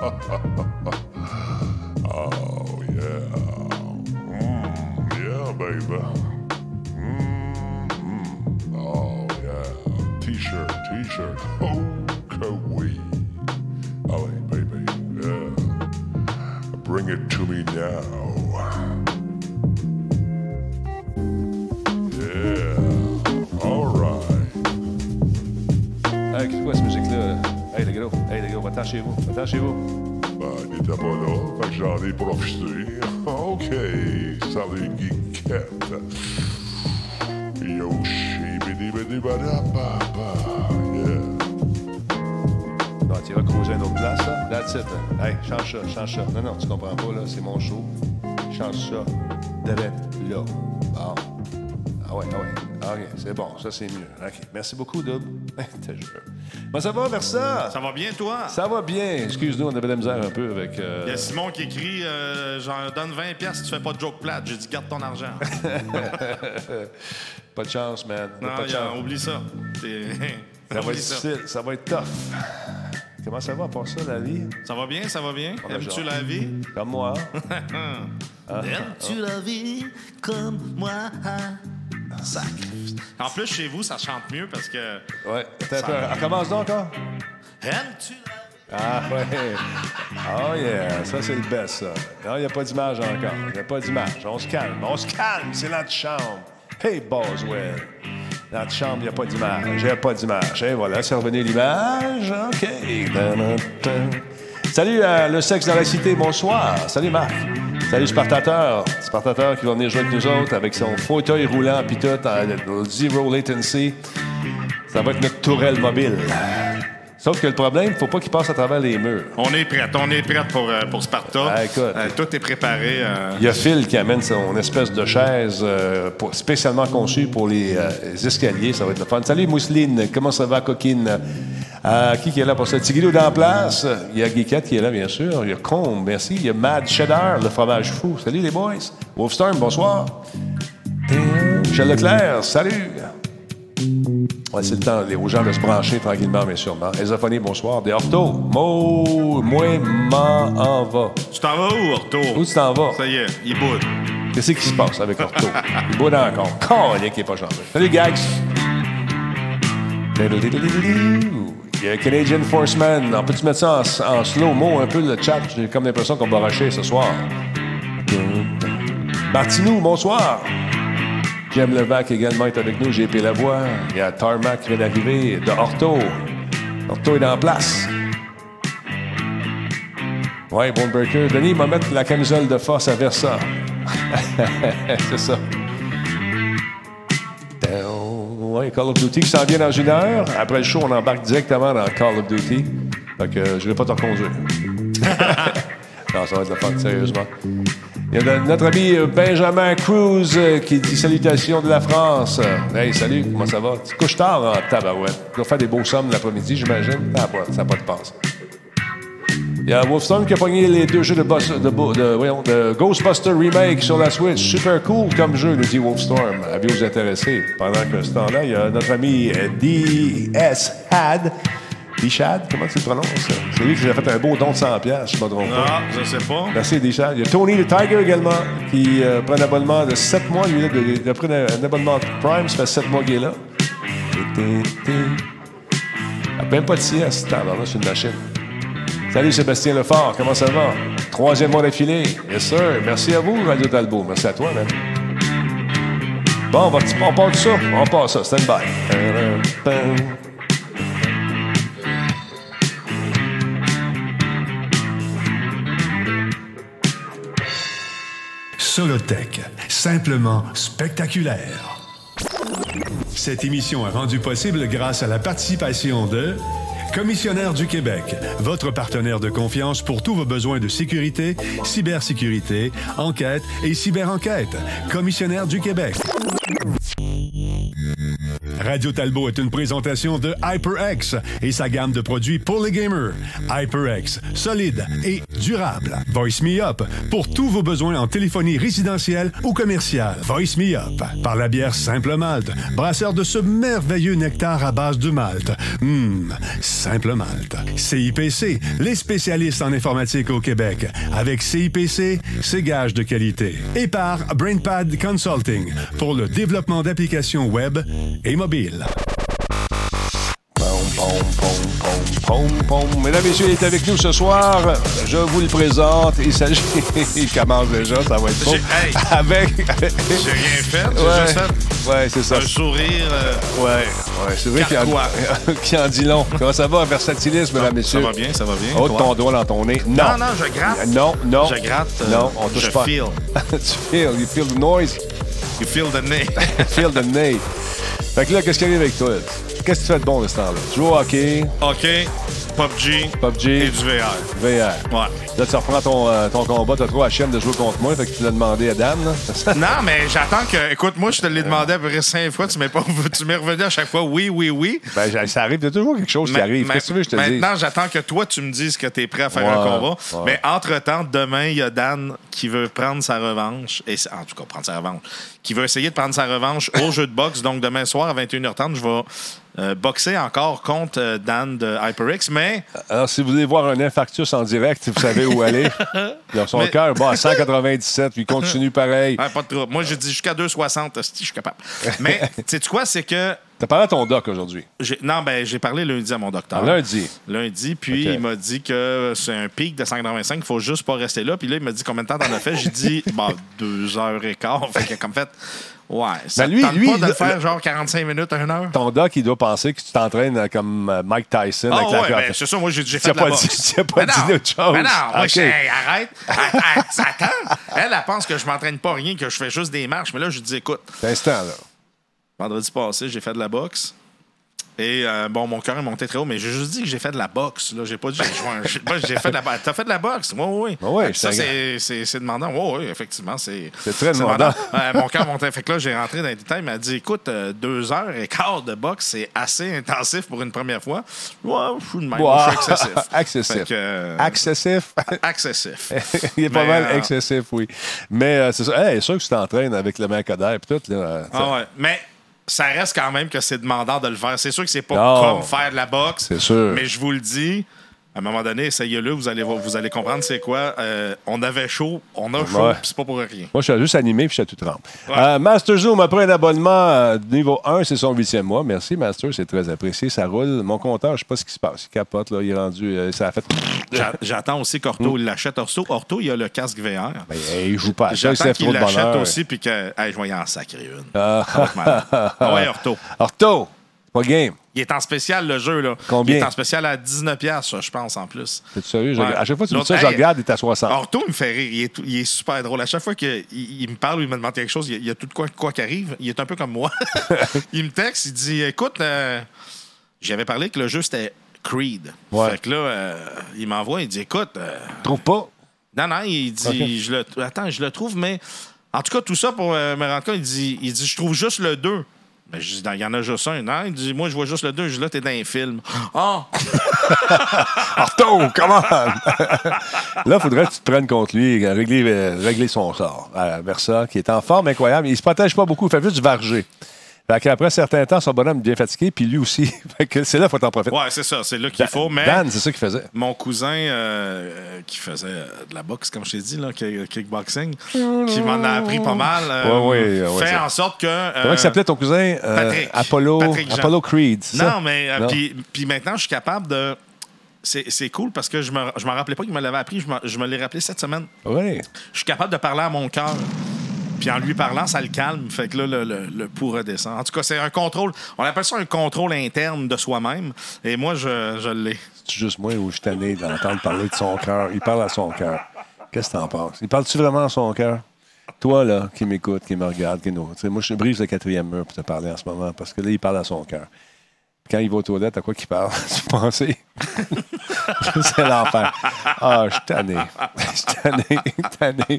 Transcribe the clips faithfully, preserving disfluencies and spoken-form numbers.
Oh, yeah. Mm, yeah, baby. Mm-hmm. Oh, yeah. T-shirt, T-shirt. Oh, que oui. Oh, hey, baby. Yeah. Bring it to me now. Yeah. All right. Hey, c'est quoi cette musique-là? Hey, les gars, hey, les gars, va-t'en chez vous, va-t'en chez vous. Ben, il était pas là, fait que j'en ai profité. OK, salut, geekette. Yo, shibidi-bidi-bada-ba-ba, yeah. Non, tu iras cruiser à une autre place, là? That's it. Hein. Hey, change ça, change ça. Non, non, tu comprends pas, là, c'est mon show. Change ça, direct là. Bon. Ah ouais, ah ouais. OK, c'est bon, ça c'est mieux. OK, merci beaucoup, Dub. Ben, ça va, Versa? Ça va bien, toi? Ça va bien. Excuse-nous, on avait de la misère un peu avec... Euh... Il y a Simon qui écrit euh, « J'en donne vingt piastres si tu fais pas de joke plate. » J'ai dit « Garde ton argent. » Pas de chance, man. Non, pas de yeah, chance. oublie ça. C'est... Ça va oublie être difficile, ça. ça va être tough. Comment ça va pour ça, la vie? Ça va bien, ça va bien. On a Aimes-tu genre. la vie? Comme moi. Ah. Aimes-tu la vie comme moi? Sac. En plus, chez vous, ça chante mieux parce que... Ouais. Attends Ça... un peu. Elle commence donc, hein? Aimes-tu la vie? Ah, ouais. Oh, yeah. Ça, c'est le best, ça. Non, il n'y a pas d'image encore. Il n'y a pas d'image. On se calme. On se calme. C'est l'antichambre. Hey, Boswell. L'antichambre, il n'y a pas d'image. Il n'y a pas d'image. Et voilà, c'est revenu l'image. OK. Salut, euh, le sexe dans la cité. Bonsoir. Salut, Marc. Salut, Spartateur. Spartateur qui va venir jouer avec nous autres avec son fauteuil roulant puis tout, en zero latency. Ça va être notre tourelle mobile. Sauf que le problème, il ne faut pas qu'il passe à travers les murs. On est prêt. On est prêt pour, euh, pour Sparta. Ah, écoute. Euh, tout est préparé. Euh... Il y a Phil qui amène son espèce de chaise euh, pour, spécialement conçue pour les, euh, les escaliers. Ça va être le fun. Salut, Mousseline. Comment ça va, coquine? Euh, qui, qui est là pour ça? Tigidou dans la place. Il y a Geekette qui est là, bien sûr. Il y a Combe, merci. Il y a Mad Cheddar, le fromage fou. Salut, les boys. Wolfstorm, bonsoir. Michel Leclerc, salut. Ouais, c'est le temps aux gens de se brancher tranquillement, mais sûrement. Esophonie, bonsoir. Des Orto. Mo, moi, m'en en va. Tu t'en vas où, Orto? Où tu t'en vas? Ça y est, il boude. Qu'est-ce qui se passe avec Orto? Il boude encore. Colin qui n'est pas changé. Salut, Gags. Il y a Canadian Forceman. On peut-tu mettre ça en, en slow-mo un peu, le chat? J'ai comme l'impression qu'on va rusher ce soir. Martinou, bonsoir. J'aime Levac également est avec nous. J P Lavoie. Il y a Tarmac qui vient d'arriver. De Orto. Orto est dans place. Ouais, Bonebreaker. Denis va mettre la camisole de force à Versa. C'est ça. Ouais, Call of Duty qui s'en vient dans une heure. Après le show, on embarque directement dans Call of Duty. Fait que euh, je vais pas te reconduire. Non, ça va être le fun, sérieusement. Il y a notre ami Benjamin Cruz qui dit salutations de la France. Hey, salut, comment ça va? Tu te couches tard en tabarouette. Tu dois faire des beaux sommes l'après-midi, j'imagine. Ah, ça n'a pas de passe. Il y a Wolfstone qui a pogné les deux jeux de, boss, de, de, de, voyons, de Ghostbuster Remake sur la Switch. Super cool comme jeu, nous dit Wolfstorm. Avez-vous intéressé? Pendant que ce temps-là, il y a notre ami D S Had. D-Shad, comment tu le prononces? C'est lui qui nous a fait un beau don de cent piastres, je ne me trompe pas. Ah, je sais pas. Merci, D-Shad. Il y a Tony the Tiger également, qui euh, prend un abonnement de sept mois. Lui, il a pris un, un abonnement Prime, ça fait sept mois qu'il est là. Il n'a même pas de sieste. Là, c'est une machine. Salut Sébastien Lefort, comment ça va? Troisième mois d'affilée. Yes, sir. Merci à vous, Radio Talbot. Merci à toi, man. Bon, on, va, on part de ça. On part ça. Stand by. Solotech, simplement spectaculaire. Cette émission est rendue possible grâce à la participation de Commissionnaire du Québec, votre partenaire de confiance pour tous vos besoins de sécurité, cybersécurité, enquête et cyberenquête. Commissionnaire du Québec. Radio Talbot est une présentation de HyperX et sa gamme de produits pour les gamers. HyperX, solide et durable. Voice Me Up, pour tous vos besoins en téléphonie résidentielle ou commerciale. Voice Me Up, par la bière Simple Malte, brasseur de ce merveilleux nectar à base de malt. Hum, Simple Malte. C I P C, les spécialistes en informatique au Québec. Avec C I P C, c'est gage de qualité. Et par BrainPad Consulting, pour le développement d'applications web et mobiles. Pom, pom. Mesdames et messieurs, il est avec nous ce soir. Je vous le présente. Il s'agit... il commence déjà, ça va être beau. Hey, avec... j'ai rien fait, j'ai ouais, juste fait ouais, c'est ça. un sourire. Euh, ouais, ouais, c'est vrai qu'il en... qu'il en dit long. Comment ça va, versatilisme, mesdames et messieurs? Ça va bien, ça va bien. Ôte ton doigt dans ton nez. Non, non, non je gratte. Non, non. Je gratte. Euh, non, on touche je pas. Feel. Tu feel. You feel the noise. You feel the nez. Feel the nez. Fait que là, qu'est-ce qui arrive avec toi? Qu'est-ce que tu fais de bon de ce temps-là? Tu joues au hockey. OK. P U B G. P U B G. Et du V R. V R. Ouais. Là, tu reprends ton, euh, ton combat. T'as trop à chienne de jouer contre moi. Fait que tu l'as demandé à Dan. Là. Non, mais j'attends que... Écoute, moi, je te l'ai demandé à peu près cinq fois. Tu m'es pas... tu m'es revenu à chaque fois. Oui, oui, oui. Ben, ça arrive. Il y a toujours quelque chose mais, qui arrive. Mais, Qu'est-ce que tu veux que je te dise? Maintenant, j'attends que toi, tu me dises que tu es prêt à faire ouais, un combat. Ouais. Mais entre-temps, demain, il y a Dan qui veut prendre sa revanche. Et en tout cas, prendre sa revanche. Qui veut essayer de prendre sa revanche au jeu de boxe. Donc, demain soir, à vingt et une heures trente, je vais... Euh, boxer encore contre euh, Dan de HyperX, mais... Alors, si vous voulez voir un infarctus en direct, vous savez où aller. Dans son mais... cœur bat à cent quatre-vingt-dix-sept, puis il continue pareil. Ouais, pas de trouble. Moi, je dis jusqu'à deux soixante, si je suis capable. Mais, sais-tu quoi, c'est que... T'as parlé à ton doc aujourd'hui? J'ai... Non, ben, j'ai parlé lundi à mon docteur. Ah, lundi? Lundi, puis okay. Il m'a dit que c'est un pic de cent quatre-vingt-cinq, il faut juste pas rester là. Puis là, il m'a dit combien de temps t'en as fait? J'ai dit, bah, deux heures et quart. Fait qu'il a comme fait... Ouais, ça ben lui, tente lui, pas de le faire genre quarante-cinq minutes, une heure. Ton doc, il doit penser que tu t'entraînes comme Mike Tyson. Oh, avec ouais, la ben, c'est ça, moi, j'ai, j'ai fait de la boxe. Tu n'as pas dit, dit autre chose. Mais non, moi, okay. je hey, arrête. Elle, elle, ça attend. Elle, elle pense que je m'entraîne pas rien, que je fais juste des marches. Mais là, je dis, écoute. C'est instant, là. Vendredi passé, j'ai fait de la boxe. Et euh, bon, mon cœur est monté très haut, mais j'ai juste dit que j'ai fait de la boxe. Là. J'ai pas dit que j'ai, j'ai, j'ai fait de la boxe. T'as fait de la boxe? Oui, oui. Oh, oui ça, c'est, c'est, c'est demandant. Oui, oui, effectivement. C'est, c'est très c'est demandant. euh, mon cœur montait. Fait que là, j'ai rentré dans les détails. Il m'a dit, écoute, euh, deux heures et quart de boxe, c'est assez intensif pour une première fois. Ouais, je suis de même. Wow. Je suis excessif. Excessif. Que, euh, excessif? Excessif. Il est pas mais, mal euh, excessif, oui. Mais euh, c'est ça. Hey, sûr que tu t'entraînes avec le Mercadère et tout. Là, ah ouais. Mais... ça reste quand même que c'est demandant de le faire. C'est sûr que c'est pas non, comme faire de la boxe. C'est sûr. Mais je vous le dis, à un moment donné, essayez-le, vous allez, vous allez comprendre c'est quoi. Euh, on avait chaud, on a chaud, ouais. puis c'est pas pour rien. Moi, je suis juste animé, puis je suis tout trempe. Ouais. Euh, Master Zoom a pris un abonnement euh, niveau un, c'est son huitième mois. Merci, Master, c'est très apprécié. Ça roule. Mon compteur, je sais pas ce qui se passe. Il capote, là, il est rendu... Euh, ça a fait... J'a- j'attends aussi qu'Orto, mm. il l'achète. Orto, Orto, il a le casque V R. Ben, il joue pas à ça, j'attends il qu'il trop de l'achète bonheur. aussi, puis que... Hey, je vais y en sacrer une. Ah, ah ouais, Orto. Orto, c'est pas game. Il est en spécial, le jeu, là. Combien? Il est en spécial à dix-neuf piastres, je pense, en plus. T'es sérieux? Ouais. À chaque fois que tu me dis L'autre, ça, je hey, regarde, il est à soixante. Orto, il me fait rire. Il est, il est super drôle. À chaque fois qu'il il, il me parle ou il me demande quelque chose, il y a, il y a tout de quoi, quoi qui arrive. Il est un peu comme moi. Il me texte, il dit, écoute, euh, j'avais parlé que le jeu, c'était Creed. Ouais. Fait que là, euh, il m'envoie, il dit, écoute... Euh, Trouve pas? Non, non, il dit, okay. je le, attends, je le trouve, mais... En tout cas, tout ça, pour euh, me rendre compte, il dit, il dit, je trouve juste le deux. Ben, je dis, il y en a juste un. Non, il dit, moi, je vois juste le deux. Je dis, là, t'es dans un film. Ah! Arto, comment? Là, il faudrait que tu te prennes contre lui, régler, régler son sort. À Versa, qui est en forme incroyable. Il se protège pas beaucoup, il fait juste du varger. Fait qu'après un certain temps, son bonhomme est bien fatigué, puis lui aussi. Fait que c'est là qu'il faut t'en profiter. Ouais, c'est ça, c'est là qu'il faut. Mais Dan, c'est ça qu'il faisait. Mon cousin euh, qui faisait de la boxe, comme je t'ai dit, là, kickboxing, qui m'en a appris pas mal, euh, ouais, ouais, ouais, fait ouais, en sorte que... Euh, Comment il s'appelait ton cousin? Euh, Patrick. Apollo, Patrick Apollo Creed. Non, ça? mais euh, puis maintenant, je suis capable de... C'est, c'est cool parce que je me, je m'en rappelais pas qu'il me l'avait appris. Je me, je me l'ai rappelé cette semaine. Oui. Je suis capable de parler à mon cœur. Puis en lui parlant, ça le calme. Fait que là, le, le, le pouls redescend. En tout cas, c'est un contrôle. On appelle ça un contrôle interne de soi-même. Et moi, je, je l'ai. C'est juste moi où je suis tanné d'entendre parler de son cœur. Il parle à son cœur. Qu'est-ce que t'en penses? Il parle-tu vraiment à son cœur? Toi, là, qui m'écoute, qui me regarde, qui nous... T'sais, moi, je brise le quatrième mur pour te parler en ce moment parce que là, il parle à son cœur. Quand il va aux toilettes, à quoi qu'il parle? Tu pensais? C'est l'enfer. Ah, je suis tanné. Je suis tanné, tanné.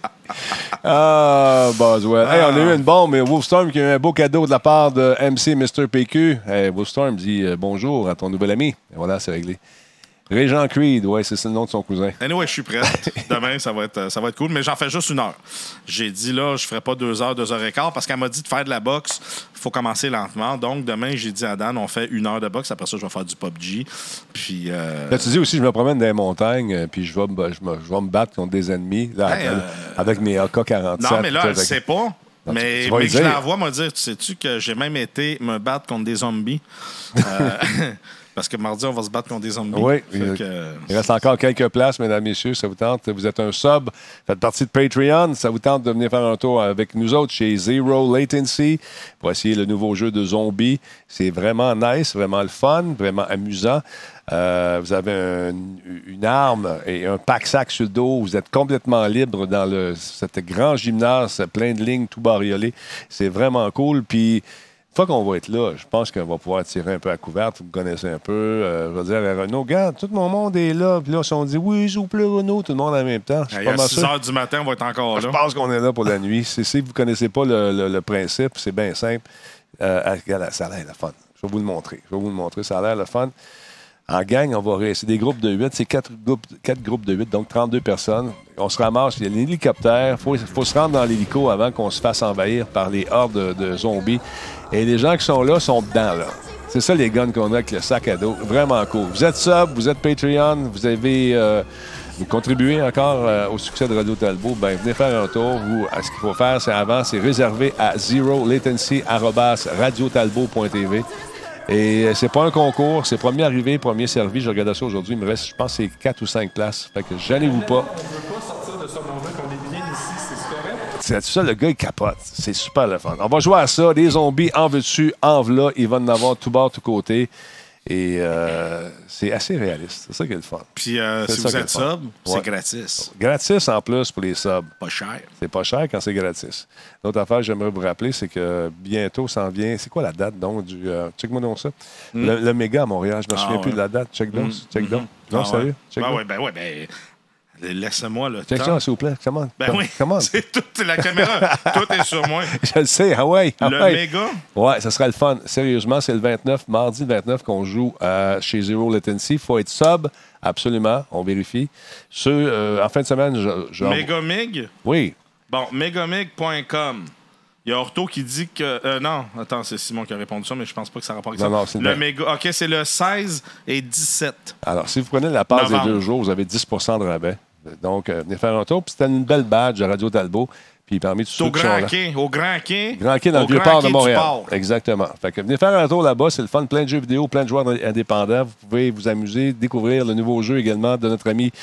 Ah, Boswell. Hey, on a eu une bombe, mais Wolfstorm qui a eu un beau cadeau de la part de M C mister P Q. Hey, Wolfstorm dit euh, bonjour à ton nouvel ami. Et voilà, c'est réglé. Régent Creed, oui, c'est le nom de son cousin. Anyway, je suis prêt. Demain, ça va, être, ça va être cool, mais j'en fais juste une heure. J'ai dit, là, je ferai pas deux heures, deux heures et quart, parce qu'elle m'a dit de faire de la boxe, il faut commencer lentement. Donc, demain, j'ai dit à Dan, on fait une heure de boxe. Après ça, je vais faire du P U B G. Puis. Euh... Là, tu dis aussi, je me promène dans les montagnes, puis je vais, me, je, me, je vais me battre contre des ennemis, là, hey, avec, euh... avec mes A K quarante-sept. Non, mais là, elle ne avec... sait pas. Non, mais tu, tu mais que je dire. la vois me dire, tu sais-tu que j'ai même été me battre contre des zombies? euh, parce que mardi, on va se battre contre des zombies. Oui, il, que... il reste encore quelques places, mesdames, messieurs. Ça vous tente? Vous êtes un sub, faites partie de Patreon. Ça vous tente de venir faire un tour avec nous autres chez Zero Latency pour essayer le nouveau jeu de zombies. C'est vraiment nice, vraiment le fun, vraiment amusant. Euh, vous avez un, une arme et un pack-sac sur le dos. Vous êtes complètement libre dans le, cet grand gymnase, plein de lignes, tout bariolé. C'est vraiment cool. Puis, une fois qu'on va être là, je pense qu'on va pouvoir tirer un peu à couvert. Vous me connaissez un peu. Euh, je vais dire à Renaud, regarde, tout mon monde est là. Puis là, si on dit, oui, s'il vous plaît, Renaud, tout le monde en même temps. Il y a six heures du matin, on va être encore là. Je pense qu'on est là pour la nuit. Si, si vous ne connaissez pas le, le, le principe, c'est bien simple. Euh, ça a l'air le fun. Je vais vous le montrer. Je vais vous le montrer. Ça a l'air le fun. En gang, on va rester. C'est des groupes de huit. C'est quatre groupes, quatre groupes de huit, donc trente-deux personnes. On se ramasse. Il y a l'hélicoptère. Il faut, faut se rendre dans l'hélico avant qu'on se fasse envahir par les hordes de, de zombies. Et les gens qui sont là sont dedans, là. C'est ça, les guns qu'on a avec le sac à dos. Vraiment cool. Vous êtes sub, vous êtes Patreon, vous avez... Euh, vous contribuez encore euh, au succès de Radio Talbot, ben venez faire un tour. Vous, ce qu'il faut faire, c'est avant, c'est réserver à zero latency arobase radio talbot point t v. Et c'est pas un concours, c'est premier arrivé, premier servi. Je regardais ça aujourd'hui, il me reste, je pense, c'est quatre ou cinq places. Fait que gênez-vous pas. On veut pas sortir de ce moment qu'on est bien ici, c'est correct? C'est ça, le gars, il capote. C'est super le fun. On va jouer à ça. Des zombies en veux-tu, en v'là. Il va en avoir tout bord, tout côté. Et euh, c'est assez réaliste. C'est ça qui est le fun. Puis euh, si vous êtes sub, c'est ouais. gratis. Gratis en plus pour les subs. Pas cher. C'est pas cher quand c'est gratis. L'autre affaire que j'aimerais vous rappeler, c'est que bientôt s'en vient. C'est quoi la date donc du. Euh, check-moi donc ça. Mm. Le, le méga à Montréal. Je me souviens ah, plus ouais. de la date. Check donc. Mm. Check donc. Mm-hmm. Non, ah, sérieux? Ouais. Ben oui, ben oui, ben. Laisse-moi le check temps. ça, s'il vous plaît. Comment? Ben oui. Comment? C'est toute la caméra. Tout est sur moi. Je le sais. Ah ouais. Ah le ouais. méga? Ouais, ça sera le fun. Sérieusement, c'est le vingt-neuf, mardi le vingt-neuf qu'on joue euh, chez Zero Latency. Il faut être sub. Absolument. On vérifie. Ce, euh, en fin de semaine, je. je Megamig? Oui. Bon, megamig point com. Il y a Orto qui dit que... Euh, non, attends, c'est Simon qui a répondu ça, mais je pense pas que ça a rapport avec non, ça. Non, c'est le méga... OK, c'est le seize et dix-sept. Alors, si vous prenez la passe des deux jours, vous avez dix pour cent de rabais. Donc, euh, venez faire un tour. Puis c'était une belle badge de Radio Talbot. Puis parmi tous ceux qui sont là... Au Grand Quai. Grand Quai dans le Vieux-Port de Montréal. Exactement. Fait que venez faire un tour là-bas. C'est le fun. Plein de jeux vidéo, plein de joueurs indépendants. Vous pouvez vous amuser, découvrir le nouveau jeu également de notre ami,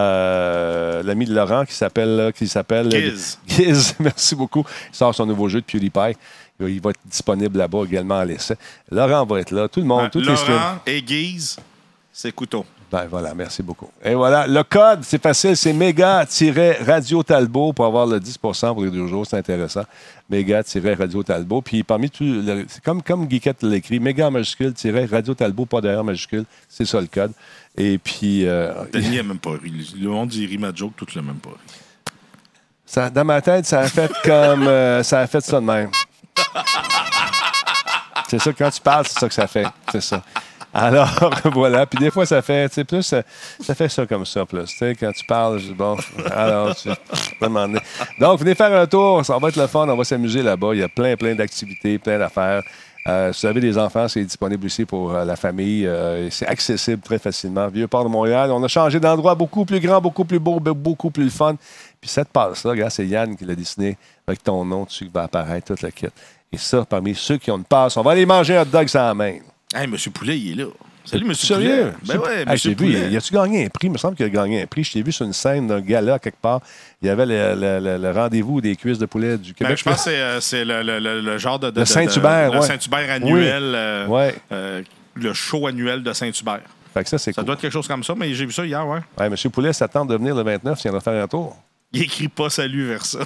euh, l'ami de Laurent qui s'appelle... Qui s'appelle Giz. Giz. Merci beaucoup. Il sort son nouveau jeu de PewDiePie. Il va être disponible là-bas également à l'essai. Laurent va être là. Tout le monde. Ouais, tous Laurent les et Giz, c'est couteau. Ben voilà, merci beaucoup. Et voilà, le code, c'est facile, c'est méga-radio Talbot pour avoir le dix pour cent pour les deux jours, c'est intéressant. Méga-radio Talbot. Puis parmi tout, le, c'est comme, comme Guiquette l'écrit, méga en majuscule, radio Talbot, pas d'ailleurs majuscule, c'est ça le code. Et puis. Euh, Denis n'a même pas ri. Le monde dit rit ma joke, tout l'a même pas ri. Ça, dans ma tête, ça a fait comme. Euh, ça a fait ça de même. C'est ça, quand tu parles, c'est ça que ça fait. C'est ça. Alors, voilà. Puis des fois, ça fait, tu sais, plus, ça, ça fait ça comme ça, plus. Tu sais, quand tu parles, je dis, bon, alors, tu peux demander. Donc, venez faire un tour. Ça va être le fun. On va s'amuser là-bas. Il y a plein, plein d'activités, plein d'affaires. Euh, si vous avez des enfants, c'est disponible aussi pour euh, la famille. Euh, c'est accessible très facilement. Vieux-Port de Montréal. On a changé d'endroit beaucoup plus grand, beaucoup plus beau, beaucoup plus fun. Puis cette passe-là, regarde, c'est Yann qui l'a dessiné avec ton nom dessus qui va apparaître, toute la kit. Et ça, parmi ceux qui ont une passe, on va aller manger un hot dog sans main. Hey, M. Poulet, il est là. Salut, M. Sérieux? Poulet. Ben ouais, hey, M. Poulet. Vu, y a-tu gagné un prix? Il me semble qu'il a gagné un prix. Je t'ai vu sur une scène d'un gala quelque part. Il y avait le, le, le, le rendez-vous des cuisses de poulet du Québec. Ben, je pense que c'est, euh, c'est le, le, le, le genre de... de le Saint-Hubert, oui. Le Saint-Hubert annuel. Oui. Euh, ouais. euh, le show annuel de Saint-Hubert. Fait que ça, c'est ça cool. doit être quelque chose comme ça, mais j'ai vu ça hier, ouais. Ouais, M. Poulet s'attend de venir le vingt-neuf, il viendra faire un tour. Il écrit pas salut vers ça.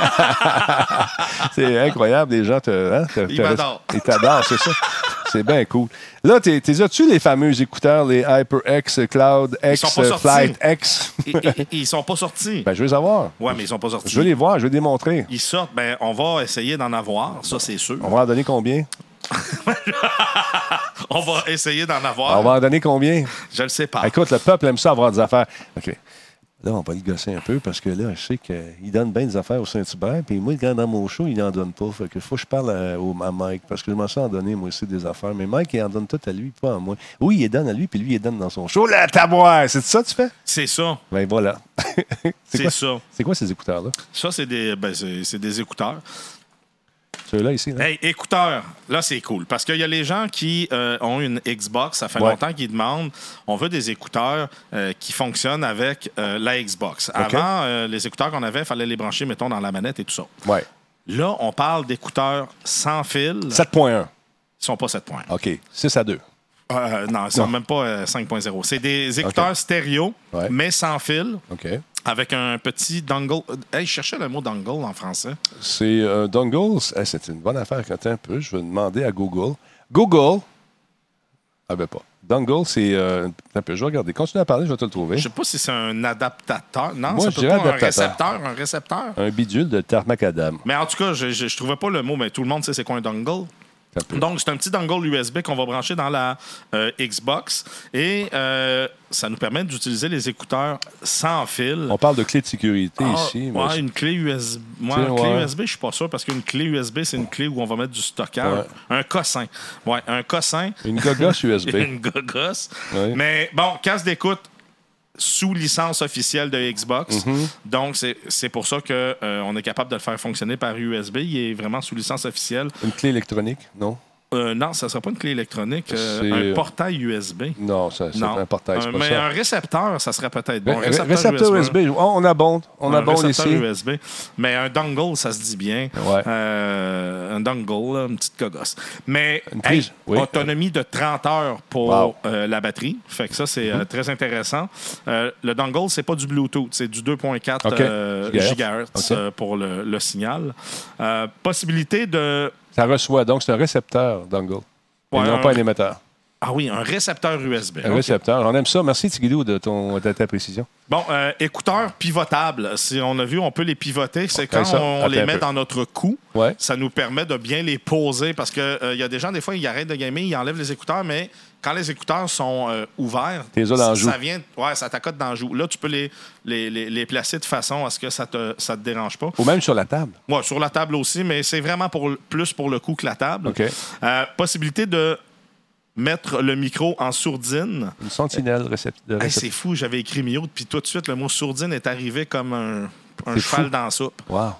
C'est incroyable, les gens te. Hein, te ils m'adorent. Ils t'adorent, c'est ça. C'est bien cool. Là, t'es, t'es as-tu les fameux écouteurs, les HyperX, Cloud X, Flight X? ils, ils, ils sont pas sortis. Ben, je veux les avoir. Ouais, mais ils sont pas sortis. Je veux les voir, je veux les montrer. Ils sortent, ben, on va essayer d'en avoir, ça, c'est sûr. On va en donner combien? On va essayer d'en avoir. On va en donner combien? Je le sais pas. Écoute, le peuple aime ça avoir des affaires. OK. Là, on va le gosser un peu parce que là, je sais qu'il donne bien des affaires au Saint-Hubert. Puis moi, quand dans mon show, il n'en donne pas. Fait que faut que je parle à, au, à Mike parce que je m'en suis en donné, moi aussi, des affaires. Mais Mike, il en donne tout à lui, pas à moi. Oui, il les donne à lui, puis lui, il les donne dans son show. La taboire! C'est ça que tu fais? C'est ça. Ben voilà. C'est quoi, ça. C'est quoi ces écouteurs-là? Ça, c'est des, ben, c'est, c'est des écouteurs. Ceux-là, ici. Là. Hey, écouteurs, là, c'est cool. Parce qu'il y a les gens qui euh, ont une Xbox, ça fait Ouais. longtemps qu'ils demandent, on veut des écouteurs euh, qui fonctionnent avec euh, la Xbox. OK. Avant, euh, les écouteurs qu'on avait, il fallait les brancher, mettons, dans la manette et tout ça. Ouais. Là, on parle d'écouteurs sans fil. Ils sept point un. sont pas sept points. OK. six à deux. Euh, non, ils sont Non. même pas euh, cinq point zéro. C'est des écouteurs OK. stéréo, Ouais. mais sans fil, OK. avec un petit dongle. Hey, je cherchais le mot dongle en français. C'est un dongle. Hey, c'est une bonne affaire. Attends un peu. Je vais demander à Google. Google. Ah ben pas. Dongle, c'est... Euh, un peu. Je vais regarder. Continue à parler, je vais te le trouver. Je sais pas si c'est un adaptateur. Non, Moi, ça je peut dirais pas un adaptateur. récepteur. Un récepteur. Un bidule de Tarmacadam. Mais en tout cas, je, je, je trouvais pas le mot, mais tout le monde sait c'est quoi un dongle. Un peu. Donc, c'est un petit dongle U S B qu'on va brancher dans la euh, Xbox et euh, ça nous permet d'utiliser les écouteurs sans fil. On parle de clé de sécurité Ah, ici. mais ouais, je- une clé U S B. Moi, Tu sais, une clé ouais. U S B, je suis pas sûr parce qu'une clé U S B, c'est une clé où on va mettre du stockage. Ouais. Un cossin. Ouais, un cossin. Une gogosse U S B. une gogosse. Ouais. Mais bon, casque d'écoute sous licence officielle de Xbox. Mm-hmm. Donc, c'est, c'est pour ça qu'on euh, est capable de le faire fonctionner par U S B. Il est vraiment sous licence officielle. Une clé électronique, non? Euh, non, ça ne sera pas une clé électronique. euh, C'est- un portail U S B. Non, ça, c'est Non. un portail, c'est Un- pas mais ça. un récepteur, ça serait peut-être bon. Ben, Un ré- récepteur U S B. Oh, on abonde. On un abonde ici. récepteur U S B. Mais un dongle, ça se dit bien. Ouais. Euh, un dongle, là, une petite cogosse. Mais Une hey, prise, oui. autonomie de trente heures pour Wow. euh, la batterie. Fait que ça, c'est euh, très intéressant. Euh, le dongle, c'est pas du Bluetooth, c'est du deux virgule quatre OK. euh, Gigahertz. gigahertz OK. euh, pour le, le signal. Euh, possibilité de... Ça reçoit. Donc, c'est un récepteur dongle. Et Ouais, non un- pas un émetteur. Ah oui, un récepteur U S B. Un OK. récepteur. On aime ça. Merci, Tigidou, de, ton, de ta précision. Bon, euh, écouteurs pivotables. Si on a vu, on peut les pivoter. C'est OK, quand ça, on attends les un met peu. dans notre cou. Ouais. Ça nous permet de bien les poser parce qu'il il y a des gens, des fois, ils arrêtent de gamer, ils enlèvent les écouteurs, mais quand les écouteurs sont euh, ouverts, T'es là dans le joue. ça vient, ouais, ça t'accote dans le joue. Là, tu peux les, les, les, les placer de façon à ce que ça te, ça te dérange pas. Ou même sur la table. Ouais, sur la table aussi, mais c'est vraiment pour, le- plus pour le coup que la table. OK. Euh, possibilité de mettre le micro en sourdine. Une sentinelle récep- de Hey, récepteur. c'est fou, j'avais écrit mute, puis tout de suite, le mot sourdine est arrivé comme un, un C'est cheval fou. dans la soupe. Wow.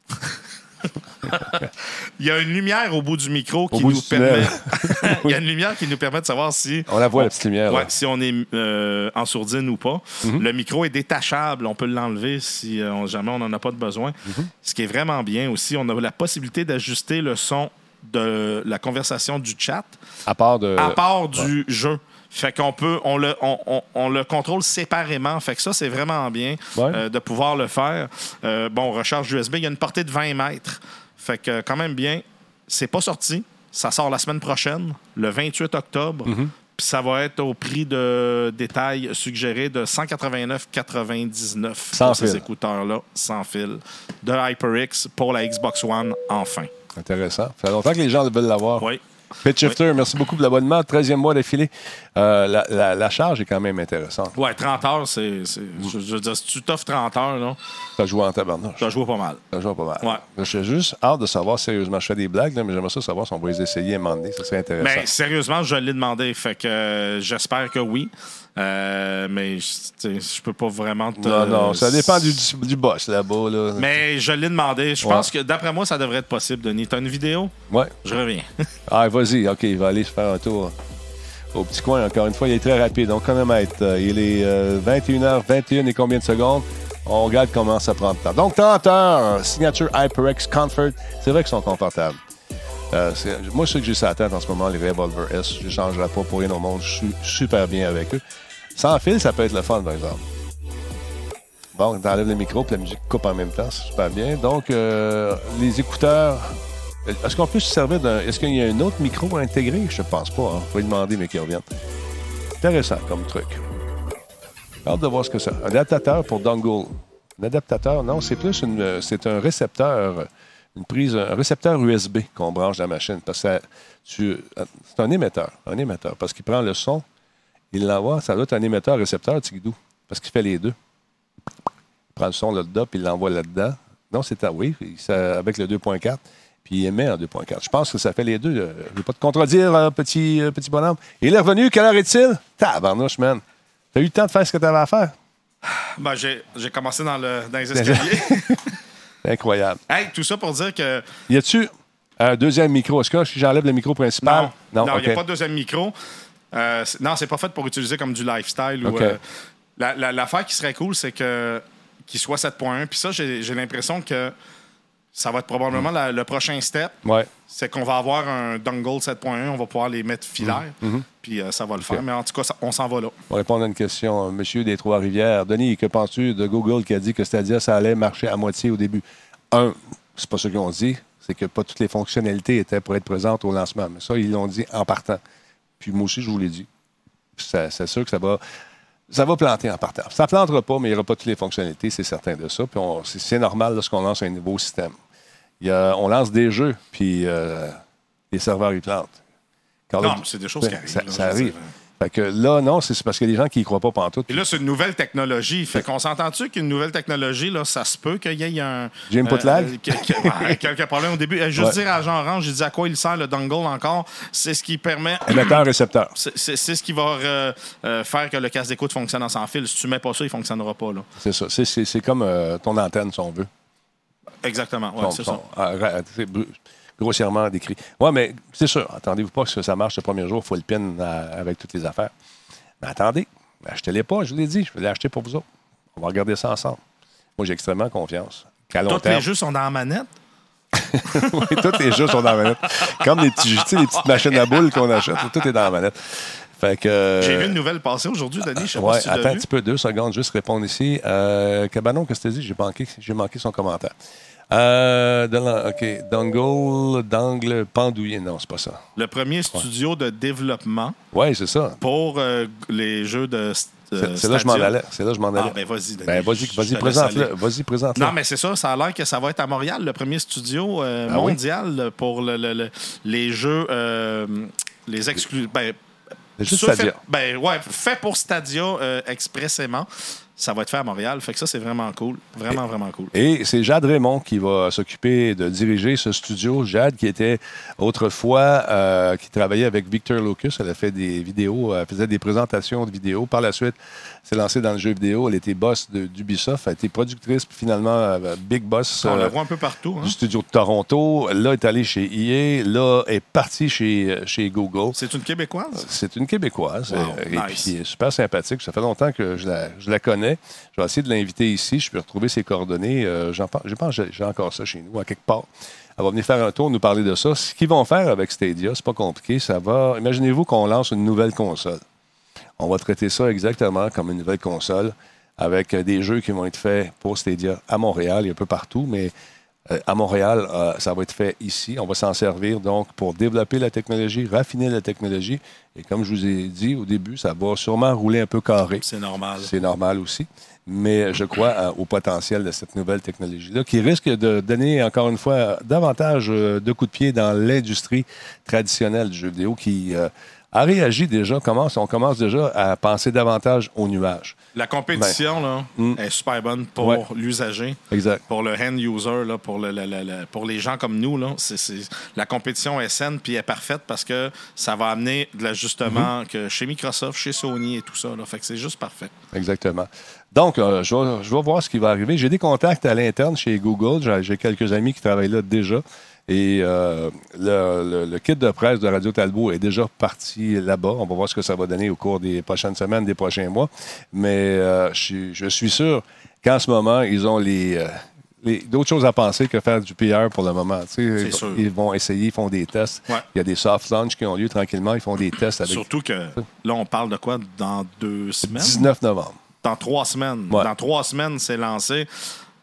Il y a une lumière au bout du micro qui bout nous du tunnel. permet. Il y a une lumière qui nous permet de savoir si. On la voit, la petite lumière. Ouais, là. si on est euh, en sourdine ou pas. Mm-hmm. Le micro est détachable. On peut l'enlever si euh, on- jamais on n'en a pas de besoin. Mm-hmm. Ce qui est vraiment bien aussi, on a la possibilité d'ajuster le son de la conversation du chat À part de. à part du jeu. Fait qu'on peut, on le, on, on- on le contrôle séparément. Fait que ça, c'est vraiment bien Ouais. euh, de pouvoir le faire. Euh, bon, recharge U S B, il y a une portée de vingt mètres. Fait que quand même bien. C'est pas sorti. Ça sort la semaine prochaine, le vingt-huit octobre. Mm-hmm. Puis ça va être au prix de détail suggéré de cent quatre-vingt-neuf quatre-vingt-dix-neuf Sans pour ces fil. écouteurs-là, sans fil, de HyperX pour la Xbox One, enfin. Intéressant. Ça fait longtemps que les gens veulent l'avoir. Oui. Pitch Shifter, merci beaucoup pour l'abonnement. treizième mois d'affilée. Euh, la, la, la charge est quand même intéressante. Ouais, trente heures, c'est. c'est- je, je veux dire, si tu t'offres trente heures, là, Ça joue en tabarnouche. tu vas jouer pas mal. Ça joue pas mal. Ouais. Je suis juste hâte de savoir sérieusement. Je fais des blagues, là, mais j'aimerais ça savoir si on va les essayer à un moment donné. Ça serait intéressant. Mais sérieusement, je l'ai demandé. Fait que euh, j'espère que oui. Euh, mais je tu sais, je peux pas vraiment te. non, non, ça dépend du, du, du boss là-bas. Là. Mais je l'ai demandé. Je Ouais. pense que d'après moi, ça devrait être possible, Denis. T'as une vidéo? Ouais. Je reviens. Ah, vas-y. OK, il va aller se faire un tour au petit coin. Encore une fois, il est très rapide. On chronomètre. Euh, il est euh, vingt et une heures vingt et un et combien de secondes? On regarde comment ça prend de temps. Donc, trente heures, signature HyperX Comfort. C'est vrai qu'ils sont confortables. Euh, c'est- moi, je sais que j'ai ça à tête en ce moment, les Revolver S. Je ne changerai pas pour rien au monde. Je suis super bien avec eux. Sans fil, ça peut être le fun, par exemple. Bon, t'enlèves le micro, puis la musique coupe en même temps. C'est super bien. Donc, euh, les écouteurs. Est-ce qu'on peut se servir d'un. Est-ce qu'il y a un autre micro à intégrer? Je ne pense pas. Il hein. faut lui demander, mais qu'il revienne. Intéressant comme truc. J'ai hâte de voir ce que c'est. Un adaptateur pour dongle. Un adaptateur, non, c'est plus une, c'est un récepteur une prise, un récepteur U S B qu'on branche dans la machine. Parce que ça, tu, c'est un émetteur, un émetteur. Parce qu'il prend le son, il l'envoie, ça doit être un émetteur-récepteur, Tigidou, parce qu'il fait les deux. Il prend le son là-dedans, puis il l'envoie là-dedans. Non, c'est à oui, ça, avec le deux point quatre, puis il émet en deux point quatre. Je pense que ça fait les deux. Je ne vais pas te contredire, euh, petit, euh, petit bonhomme. Il est revenu, quelle heure est-il? Tabarnouche, man. T'as eu le temps de faire ce que t'avais à faire? Ben, j'ai, j'ai commencé dans, le, dans les escaliers. Incroyable. Hey, tout ça pour dire que... Y a-tu un deuxième micro? Est-ce que si j'enlève le micro principal? Non, il n'y okay. a pas de deuxième micro. Euh, c'est, non, c'est pas fait pour utiliser comme du lifestyle. Ou, okay. euh, la, la, l'affaire qui serait cool, c'est que qu'il soit sept point un. Puis ça, j'ai, j'ai l'impression que ça va être probablement mm. la, le prochain step. Ouais. C'est qu'on va avoir un dongle sept point un. On va pouvoir les mettre filaires. Mm-hmm. Puis euh, ça va le faire. Okay. Mais en tout cas, ça, on s'en va là. On va répondre à une question. Monsieur des Trois-Rivières. Denis, que penses-tu de Google qui a dit que Stadia, ça allait marcher à moitié au début? Un, c'est pas ce qu'ils ont dit. C'est que pas toutes les fonctionnalités étaient pour être présentes au lancement. Mais ça, ils l'ont dit en partant. Puis moi aussi, je vous l'ai dit. Ça, c'est sûr que ça va... Ça va planter en partant. Ça ne plantera pas, mais il n'y aura pas toutes les fonctionnalités, c'est certain de ça. Puis on, c'est, c'est normal lorsqu'on lance un nouveau système. Il y a, on lance des jeux, puis euh, les serveurs, ils plantent. Quand non, là, c'est des choses qui arrivent. Ça, là, ça arrive. Fait que là, non, c'est parce qu'il y a des gens qui n'y croient pas pantoute. Et là, c'est une nouvelle technologie. Fait qu'on s'entend-tu qu'une nouvelle technologie, là, ça se peut qu'il y ait un... J'ai une poutre lag? Euh, quelques, quelques problèmes au début. Juste ouais. dire à Jean Orange, je dis à quoi il sert le dongle encore. C'est ce qui permet... Émetteur-récepteur. C'est, c'est, c'est ce qui va euh, euh, faire que le casque d'écoute fonctionne en sans fil. Si tu mets pas ça, il ne fonctionnera pas. Là. C'est ça. C'est, c'est, c'est comme euh, ton antenne, si on veut. Exactement. Ouais, ton, c'est ton, ça. Euh, c'est grossièrement décrit. Oui, mais c'est sûr. Attendez-vous pas que ça marche le premier jour. Il faut le pin euh, avec toutes les affaires. Mais attendez, achetez-les pas, je vous l'ai dit, je vais les acheter pour vous autres. On va regarder ça ensemble. Moi, j'ai extrêmement confiance. Tous les jeux sont dans la manette? Oui, tous les jeux sont dans la manette. Comme les, petits, les petites machines à boules qu'on achète, tout est dans la manette. Fait que, euh... J'ai vu une nouvelle passer aujourd'hui, Denis. Je sais ouais, pas si tu l'as attends vu. un petit peu, deux secondes, juste répondre ici. Euh, Cabanon, qu'est-ce que tu as dit? J'ai manqué, j'ai manqué son commentaire. Euh, la, OK. Dongle, d'angle pendouillé. Non, c'est pas ça. Le premier studio ouais. de développement. Oui, c'est ça. Pour euh, les jeux de. Euh, c'est, c'est là que je m'en allais. C'est là que je m'en allais. Ah, ben vas-y, Denis. Ben, vas-y, vas-y, présente-le. Vas-y, présente-le. Non, mais c'est ça. Ça a l'air que ça va être à Montréal, le premier studio euh, ah, mondial oui? pour le, le, le, les jeux. Euh, les exclus. Ben, les jeux Stadia. Fait, ben, ouais, fait pour Stadia euh, expressément. Ça va être fait à Montréal. Fait que ça, c'est vraiment cool. Vraiment, et, vraiment cool. Et c'est Jade Raymond qui va s'occuper de diriger ce studio. Jade, qui était autrefois, euh, qui travaillait avec Victor Lucas. Elle a fait des vidéos, elle faisait des présentations de vidéos. Par la suite, s'est lancée dans le jeu vidéo. Elle était boss de, d'Ubisoft. Elle a été productrice, puis finalement, euh, big boss. On euh, la voit un peu partout. Hein? Du studio de Toronto. Là, elle est allée chez E A. Là, elle est partie chez, chez Google. C'est une Québécoise? C'est une Québécoise. Wow, et, nice. et puis, elle est super sympathique. Ça fait longtemps que je la, je la connais. Je vais essayer de l'inviter ici. Je peux retrouver ses coordonnées. Euh, j'en, je pense que j'ai, j'ai encore ça chez nous, à quelque part. Elle va venir faire un tour, nous parler de ça. Ce qu'ils vont faire avec Stadia, c'est pas compliqué. Ça va. Imaginez-vous qu'on lance une nouvelle console. On va traiter ça exactement comme une nouvelle console avec des jeux qui vont être faits pour Stadia à Montréal et un peu partout. Mais euh, à Montréal, euh, ça va être fait ici. On va s'en servir donc pour développer la technologie, raffiner la technologie. Et comme je vous ai dit au début, ça va sûrement rouler un peu carré. C'est normal. C'est normal aussi. Mais je crois euh, au potentiel de cette nouvelle technologie-là qui risque de donner, encore une fois, davantage euh, de coups de pied dans l'industrie traditionnelle du jeu vidéo qui euh, a réagi déjà. Commence, on commence déjà à penser davantage au nuage. La compétition ben, là, mm. est super bonne pour ouais. l'usager, exact. Pour le end-user, là, pour, le, le, le, le, pour les gens comme nous. Là, c'est, c'est, la compétition est saine puis est parfaite parce que ça va amener de l'ajustement mm-hmm. que chez Microsoft, chez Sony et tout ça. Là, fait que c'est juste parfait. Exactement. Donc, euh, je, vais, je vais voir ce qui va arriver. J'ai des contacts à l'interne chez Google. J'ai, j'ai quelques amis qui travaillent là déjà. Et euh, le, le, le kit de presse de Radio Talbot est déjà parti là-bas. On va voir ce que ça va donner au cours des prochaines semaines, des prochains mois. Mais euh, je, je suis sûr qu'en ce moment, ils ont les, euh, les, d'autres choses à penser que faire du P R pour le moment. Tu sais, C'est ils, sûr. Ils vont essayer, ils font des tests. Ouais. Il y a des soft launch qui ont lieu tranquillement. Ils font des tests avec... Surtout que là, on parle de quoi dans deux semaines? dix-neuf novembre. Dans trois semaines. Ouais. Dans trois semaines, c'est lancé.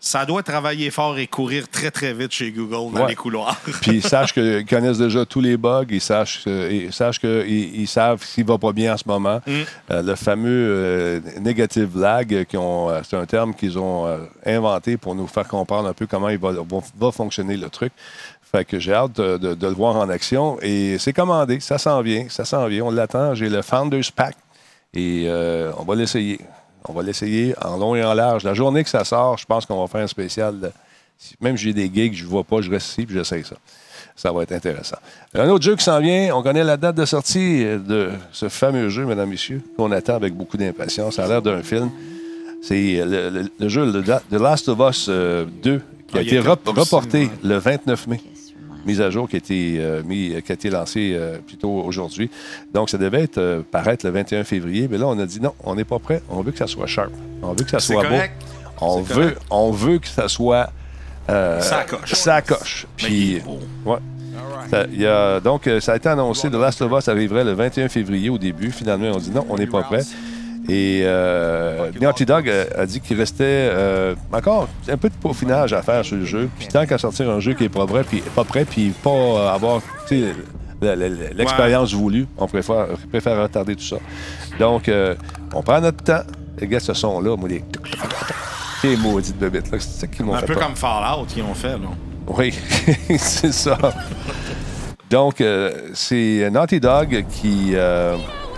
ça doit travailler fort et courir très, très vite chez Google dans Ouais. les couloirs. Puis ils sachent qu'ils connaissent déjà tous les bugs, ils sachent, euh, ils sachent qu'ils ils savent ce qui va pas bien en ce moment. Mm. Euh, le fameux euh, negative lag, euh, qui ont, euh, c'est un terme qu'ils ont euh, inventé pour nous faire comprendre un peu comment il va, va, va fonctionner le truc. Fait que j'ai hâte de, de- de le voir en action. Et c'est commandé, ça s'en vient, ça s'en vient. On l'attend. J'ai le Founders Pack et euh, on va l'essayer. On va l'essayer en long et en large. La journée que ça sort, je pense qu'on va faire un spécial. de- si- Même si j'ai des gigs, je ne vois pas, je reste ici et j'essaye ça. Ça va être intéressant. Un autre jeu qui s'en vient, on connaît la date de sortie de ce fameux jeu, mesdames, messieurs, qu'on attend avec beaucoup d'impatience. Ça a l'air d'un film. C'est le, le- le jeu le The Last of Us euh, deux qui a Ah, il été était rep- aussi, reporté ouais. le vingt-neuf mai. Mise à jour qui a été, euh, mis, qui a été lancée euh, plutôt aujourd'hui. Donc, ça devait être, euh, paraître le vingt et un février. Mais là, on a dit non, on n'est pas prêt. On veut que ça soit sharp. On veut que ça C'est soit beau. correct. On C'est veut, correct. on veut que ça soit... Euh, Ça coche. Ça coche. Mais Puis, il est beau. ouais. Ça, il y a, donc, euh, ça a été annoncé, The Last of Us arriverait le vingt et un février au début. Finalement, on dit non, on n'est pas prêt. Et euh, Naughty Dog a, a dit qu'il restait euh, encore un peu de peaufinage à faire sur le jeu. Puis tant qu'à sortir un jeu qui est pas prêt, puis pas prêt, puis pas euh, avoir tu sais, la- la- la- l'expérience voulue, on préfère, préfère retarder tout ça. Donc, euh, on prend notre temps. Les gars, ce son-là, moi, les... les maudites bébites, là, c'est ça qui m'ont Un fait peu peur. comme Fallout qu'ils ont fait, là. Oui, c'est ça. Donc, euh, c'est Naughty Dog qui... euh,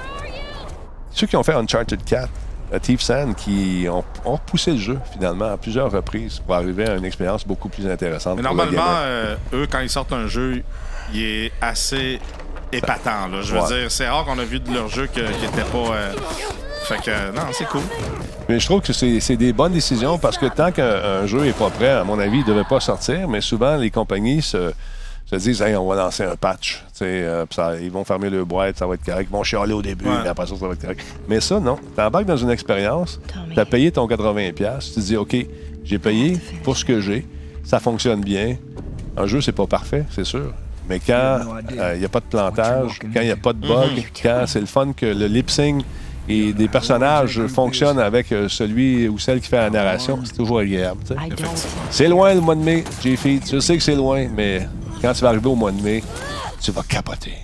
ceux qui ont fait Uncharted quatre, euh, Thief Sand, qui ont, ont poussé le jeu, finalement, à plusieurs reprises pour arriver à une expérience beaucoup plus intéressante. Mais pour le normalement, gamer. euh, eux, quand ils sortent un jeu, il est assez épatant. Là. Je veux Ouais. dire, c'est rare qu'on a vu de leur jeu que- qui n'était pas... euh, Fait que, euh, non, c'est cool. Mais je trouve que c'est c'est des bonnes décisions parce que tant qu'un un jeu n'est pas prêt, à mon avis, il ne devrait pas sortir. Mais souvent, les compagnies se, se disent hey, on va lancer un patch. Tu sais, euh, puis ça- ils vont fermer le boîte, ça va être correct. Ils vont chialer au début, Ouais. mais après ça, ça va être correct. Mais ça, non. Tu embarques dans une expérience, tu as payé ton quatre-vingts dollars, tu te dis OK, j'ai payé pour ce que j'ai, ça fonctionne bien. Un jeu, c'est pas parfait, c'est sûr. Mais quand il n'y a pas de plantage, quand il n'y a pas de bug, quand c'est le fun que le lip-sync et des personnages fonctionnent avec euh, celui ou celle qui fait la narration, c'est toujours agréable. tu sais. I don't. C'est loin le mois de mai, J-Feed. Je sais que c'est loin, mais quand tu vas arriver au mois de mai, tu vas capoter.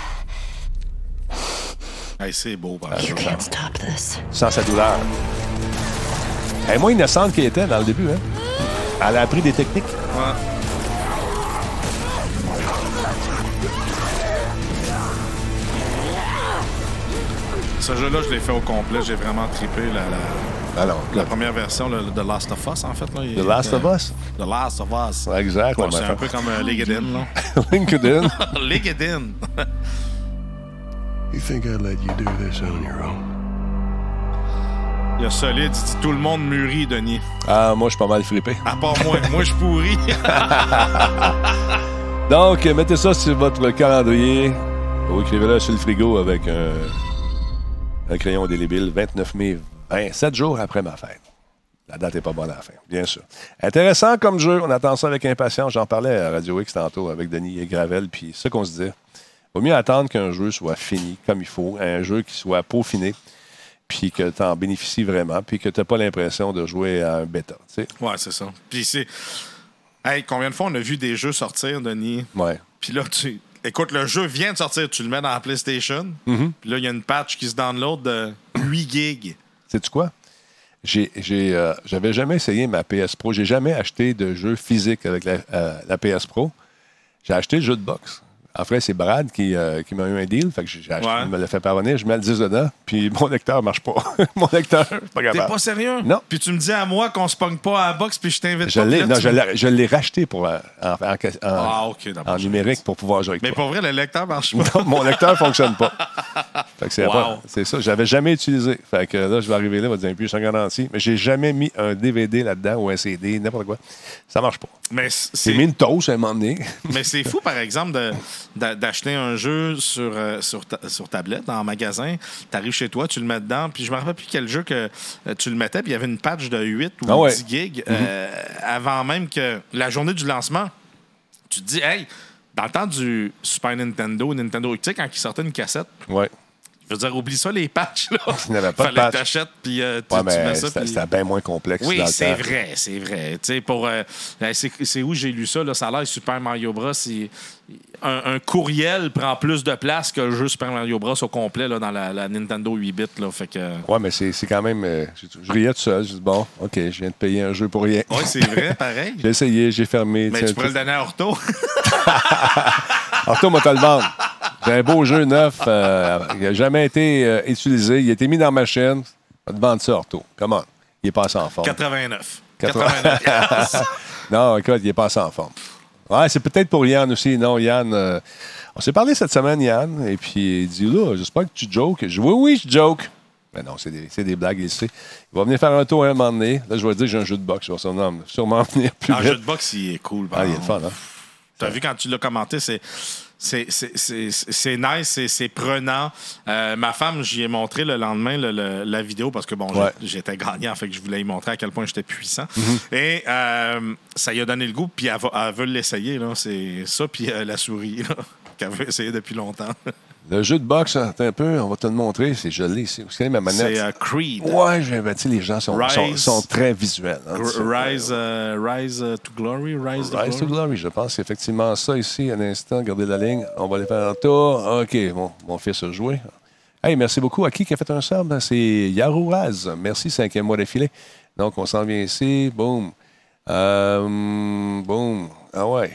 Hey, c'est beau, par You exemple. can't stop this. Sans sa douleur. Elle est moins innocente qu'elle était dans le début. Hein? Elle a appris des techniques. Ouais. Ce jeu-là, je l'ai fait au complet. J'ai vraiment trippé la, la, Alors, la première version, le, The Last of Us, en fait. Là, il The Last est, of euh, Us? The Last of Us. Ouais, exact. Bon, on c'est va un faire. peu comme euh, LinkedIn, là. LinkedIn. LinkedIn. You think I'd let you do this on your own? Il y a Solide, il dit tout le monde mûrit, Denis. Ah, moi, je suis pas mal frippé. À part moi. Moi, je suis pourri. Donc, euh, mettez ça sur votre calendrier. Vous écrivez-le sur le frigo avec un, un crayon indélébile. vingt-neuf mai, vingt-sept jours après ma fête. La date n'est pas bonne à la fin, bien sûr. Intéressant comme jeu. On attend ça avec impatience. J'en parlais à Radio X tantôt avec Denis et Gravel. Puis ce qu'on se disait, il vaut mieux attendre qu'un jeu soit fini comme il faut. Un jeu qui soit peaufiné. Puis que tu en bénéficies vraiment. Puis que tu n'as pas l'impression de jouer à un bêta. Tu sais? Ouais, c'est ça. Puis c'est... Hey, combien de fois on a vu des jeux sortir, Denis? Ouais. Puis là, tu... Écoute, le jeu vient de sortir. Tu le mets dans la PlayStation. Mm-hmm. Puis là, il y a une patch qui se download de huit gigs. Sais-tu quoi? J'ai, j'ai, euh, j'avais jamais essayé ma P S Pro. J'ai jamais acheté de jeu physique avec la, euh, la P S Pro. J'ai acheté le jeu de boxe. Après, c'est Brad qui, euh, qui m'a eu un deal. Fait que j'ai acheté, Ouais. il me l'a fait parvenir. Je mets le disque dedans. Puis mon lecteur marche pas. mon lecteur, je suis pas T'es capable. pas sérieux? Non. Puis tu me dis à moi qu'on se pogne pas à la boxe puis je t'invite Je pas. l'ai, puis là, non, tu je me- l'ai, je l'ai racheté pour, euh, en, en, en- Ah, OK. d'accord, en je- numérique pour pouvoir jouer avec Mais toi. pour vrai, le lecteur marche pas. Non, mon lecteur fonctionne pas. Fait que c'est, Wow. pas- c'est ça. J'avais jamais utilisé. Fait que là, je vais arriver là, je vais dire, puis je suis en garantie. Mais j'ai jamais mis un D V D là-dedans ou un C D, n'importe quoi. Ça marche pas. Mais J'ai c'est... mis une toast à un moment donné. Mais c'est fou, par exemple, de- d'a- d'acheter un jeu sur, euh, sur, ta- sur tablette, en magasin. Tu arrives chez toi, tu le mets dedans. Puis je me rappelle plus quel jeu que euh, tu le mettais. Puis il y avait une patch de huit ou Ah ouais. dix gigs euh, avant même que la journée du lancement. Tu te dis, hey, dans le temps du Super Nintendo, Nintendo, tu sais, quand il sortait une cassette, Ouais. Je veux dire, oublie ça, les patchs, là. Il n'y avait pas Fallait de patch. que t'achètes, puis euh, tu, Ouais, tu mais mets ça. c'était, puis... c'était bien moins complexe Oui, dans le c'est temps. vrai, c'est vrai. Tu sais, pour, euh, c'est, c'est où j'ai lu ça, là, ça a l'air Super Mario Bros. Il, un, un courriel prend plus de place que le jeu Super Mario Bros. Au complet là, dans la, la Nintendo huit bits. Là, fait que... Ouais, mais c'est, c'est quand même... Euh, je, je riais tout seul. Je dis, bon, OK, je viens de payer un jeu pour rien. Oui, c'est vrai, pareil. J'ai essayé, j'ai fermé. Mais tiens, tu pourrais tout... le donner à Orto. Orto, moi, te le vendre. J'ai un beau jeu neuf. Euh, il n'a jamais été euh, utilisé. Il a été mis dans ma chaîne. Je vais te vendre ça, Orto. Comment? Il est passé en forme. quatre-vingt-neuf. quatre-vingt-neuf. quatre-vingt-neuf. Non, écoute, il est passé en forme. Ouais, c'est peut-être pour Yann aussi. Non, Yann... Euh, on s'est parlé cette semaine, Yann, et puis il dit, là, j'espère que tu jokes. Je dis, oui, oui, je joke. Mais non, c'est des, c'est des blagues, il sait. Il va venir faire un tour à un moment donné. Là, je vais dire que j'ai un jeu de boxe. Il va sûrement, sûrement venir plus Un vite. jeu de boxe, il est cool. Ah, il est le fun, hein? Tu as vu quand tu l'as commenté, c'est... C'est, c'est, c'est, c'est nice, c'est, c'est prenant. Euh, ma femme, j'y ai montré le lendemain le, le, la vidéo parce que bon, ouais. j'étais gagnant, fait que je voulais lui montrer à quel point j'étais puissant. Mm-hmm. Et euh, ça lui a donné le goût, puis elle, va, elle veut l'essayer. Là. C'est ça, puis euh, la souris, là, qu'elle veut essayer depuis longtemps. Le jeu de boxe, attends un peu, on va te le montrer. C'est joli ici. Vous savez, ma manette. C'est uh, Creed. Ouais, j'ai ben, tu sais, les gens sont, Rise, sont, sont très visuels. Hein, Rise, uh, Rise uh, to Glory. Rise, to, Rise glory. to Glory, je pense. C'est effectivement ça ici. Un instant, regardez la ligne. On va aller faire un tour. OK, mon, mon fils a joué. Hey, merci beaucoup. À qui qui a fait un sub? C'est Yarouaz. Merci, cinquième mois d'affilée. Donc, on s'en vient ici. Boum. Euh, boum. Ah ouais.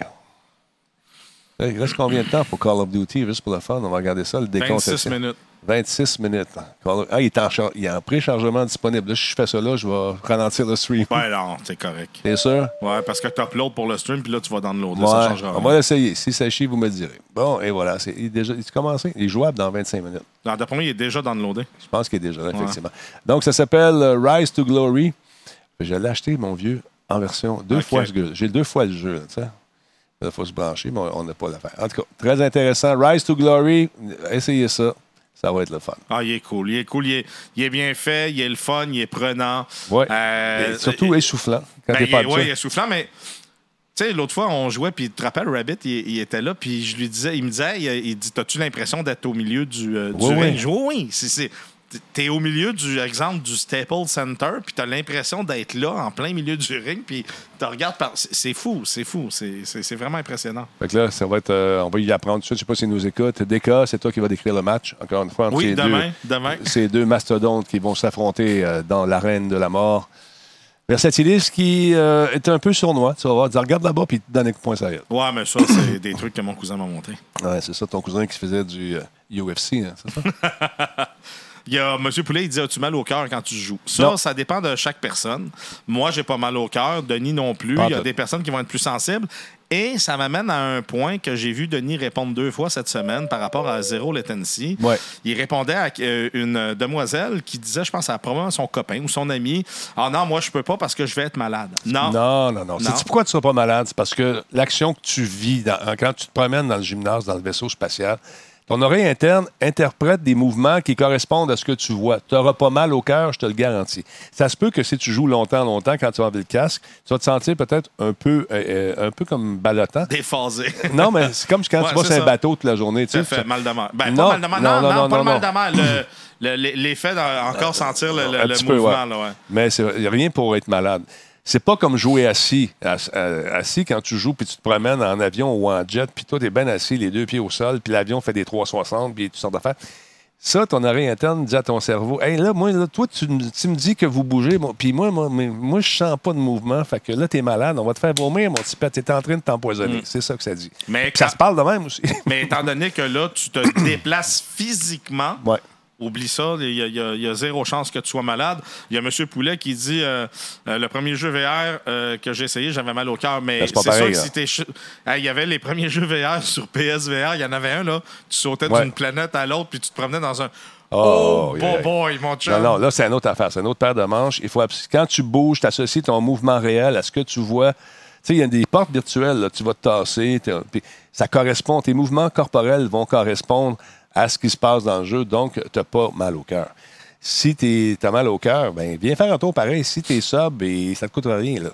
Il reste combien de temps pour Call of Duty, juste pour le fun? On va regarder ça, le décompte. vingt-six minutes. vingt-six minutes. Ah, il est en, char... il est en préchargement disponible. Là, si je fais ça là, je vais ralentir le stream. Ouais, non, c'est correct. T'es sûr? Ouais, parce que tu uploads pour le stream, puis là, tu vas downloader. Ouais, Ça changera on rien. va l'essayer. Si ça chie, vous me le direz. Bon, et voilà. C'est, il est déjà, il est commencé. Il est jouable dans vingt-cinq minutes. Non, d'après moi, il est déjà downloadé. Je pense qu'il est déjà là, effectivement. Donc, ça s'appelle uh, Rise to Glory. Je l'ai acheté, mon vieux, en version deux okay. fois. J'ai deux fois le jeu, tu sais. Il faut se brancher, mais on n'a pas l'affaire. En tout cas, très intéressant. Rise to Glory, essayez ça. Ça va être le fun. Ah, il est cool. Il est cool. Il est, il est bien fait. Il est le fun. Il est prenant. Oui. Euh, surtout euh, essoufflant. Quand ben, t'es pas il, ouais, il est essoufflant, mais... Tu sais, l'autre fois, on jouait, puis tu te rappelles, Rabbit, il, il était là, puis je lui disais, il me disait, il, il dit, t'as-tu l'impression d'être au milieu du, euh, du oui, ring? oui. Je dis, oui, oui. C'est, c'est, t'es au milieu du exemple du Staples Center, puis t'as l'impression d'être là, en plein milieu du ring, puis tu regardes par... C'est, c'est fou, c'est fou. C'est, c'est, c'est vraiment impressionnant. Fait que là, ça va être... Euh, on va y apprendre tout de suite. Je sais pas s'ils nous écoutent. D K, c'est toi qui vas décrire le match, encore une fois. Entre Oui, ces demain, deux, demain. Ces deux mastodontes qui vont s'affronter euh, dans l'arène de la mort. Versatilis qui euh, est un peu sournois. Tu vas voir, dis, regarde là-bas, puis il te donne un coup de poing sur la gueule. Ouais, mais ça, c'est des trucs que mon cousin m'a montré. Ouais, c'est ça, ton cousin qui faisait du euh, U F C, hein, c'est ça? Il y a M. Poulet, il dit, as-tu mal au cœur quand tu joues? Ça, non. ça dépend de chaque personne. Moi, j'ai pas mal au cœur. Denis non plus. Ah, il y a t'as... des personnes qui vont être plus sensibles. Et ça m'amène à un point que j'ai vu Denis répondre deux fois cette semaine par rapport à Zero Latency. Ouais. Il répondait à euh, une demoiselle qui disait, je pense, à probablement son copain ou son ami, « Ah non, moi, je peux pas parce que je vais être malade. » Non. Non, non, non. non. Sais-tu pourquoi tu ne seras pas malade? C'est parce que l'action que tu vis dans, quand tu te promènes dans le gymnase, dans le vaisseau spatial, ton oreille interne interprète des mouvements qui correspondent à ce que tu vois. Tu n'auras pas mal au cœur, je te le garantis. Ça se peut que si tu joues longtemps, longtemps, quand tu vas enlever le casque, tu vas te sentir peut-être un peu, euh, un peu comme ballottant. Déphasé. Non, mais c'est comme quand ouais, tu vas sur un bateau toute la journée. Tu ça sais, fait tu... mal de mer. Ben, non, pas mal de mer. Non, non, non, non, non, pas non, le mal non. de mer. Le, le, l'effet d'encore sentir le, le, le peu, mouvement. ouais. Là, ouais. Mais il n'y a rien pour être malade. C'est pas comme jouer assis. Assis, quand tu joues, puis tu te promènes en avion ou en jet, puis toi, tu es bien assis, les deux pieds au sol, puis l'avion fait des trois cent soixante, puis toutes sortes d'affaires. Ça, ton oreille interne dit à ton cerveau, « Hey, là, moi, là, toi, tu, tu me dis que vous bougez, moi, puis moi, moi, moi je sens pas de mouvement, fait que là, tu es malade, on va te faire vomir, mon petit pet, tu es en train de t'empoisonner. Mm. » C'est ça que ça dit. Mais quand... Ça se parle de même aussi. Mais étant donné que là, tu te déplaces physiquement... Ouais. Oublie ça, il y, y, y a zéro chance que tu sois malade. Il y a M. Poulet qui dit euh, euh, le premier jeu V R euh, que j'ai essayé, j'avais mal au cœur. Mais ben, c'est, c'est pareil, sûr que si t'es. Il y avait les premiers jeux V R sur P S V R. Il y en avait un, là. Tu sautais ouais. d'une planète à l'autre, puis tu te promenais dans un. Oh, oh yeah. boy, mon chum. Non, non, là, c'est une autre affaire. C'est une autre paire de manches. Il faut, quand tu bouges, tu associes ton mouvement réel à ce que tu vois. Tu sais, il y a des portes virtuelles, là, tu vas te tasser. Puis ça correspond. Tes mouvements corporels vont correspondre à ce qui se passe dans le jeu, donc tu n'as pas mal au cœur. Si tu as mal au cœur, ben viens faire un tour pareil. Si tu es sub, et ça ne te coûte rien. Là.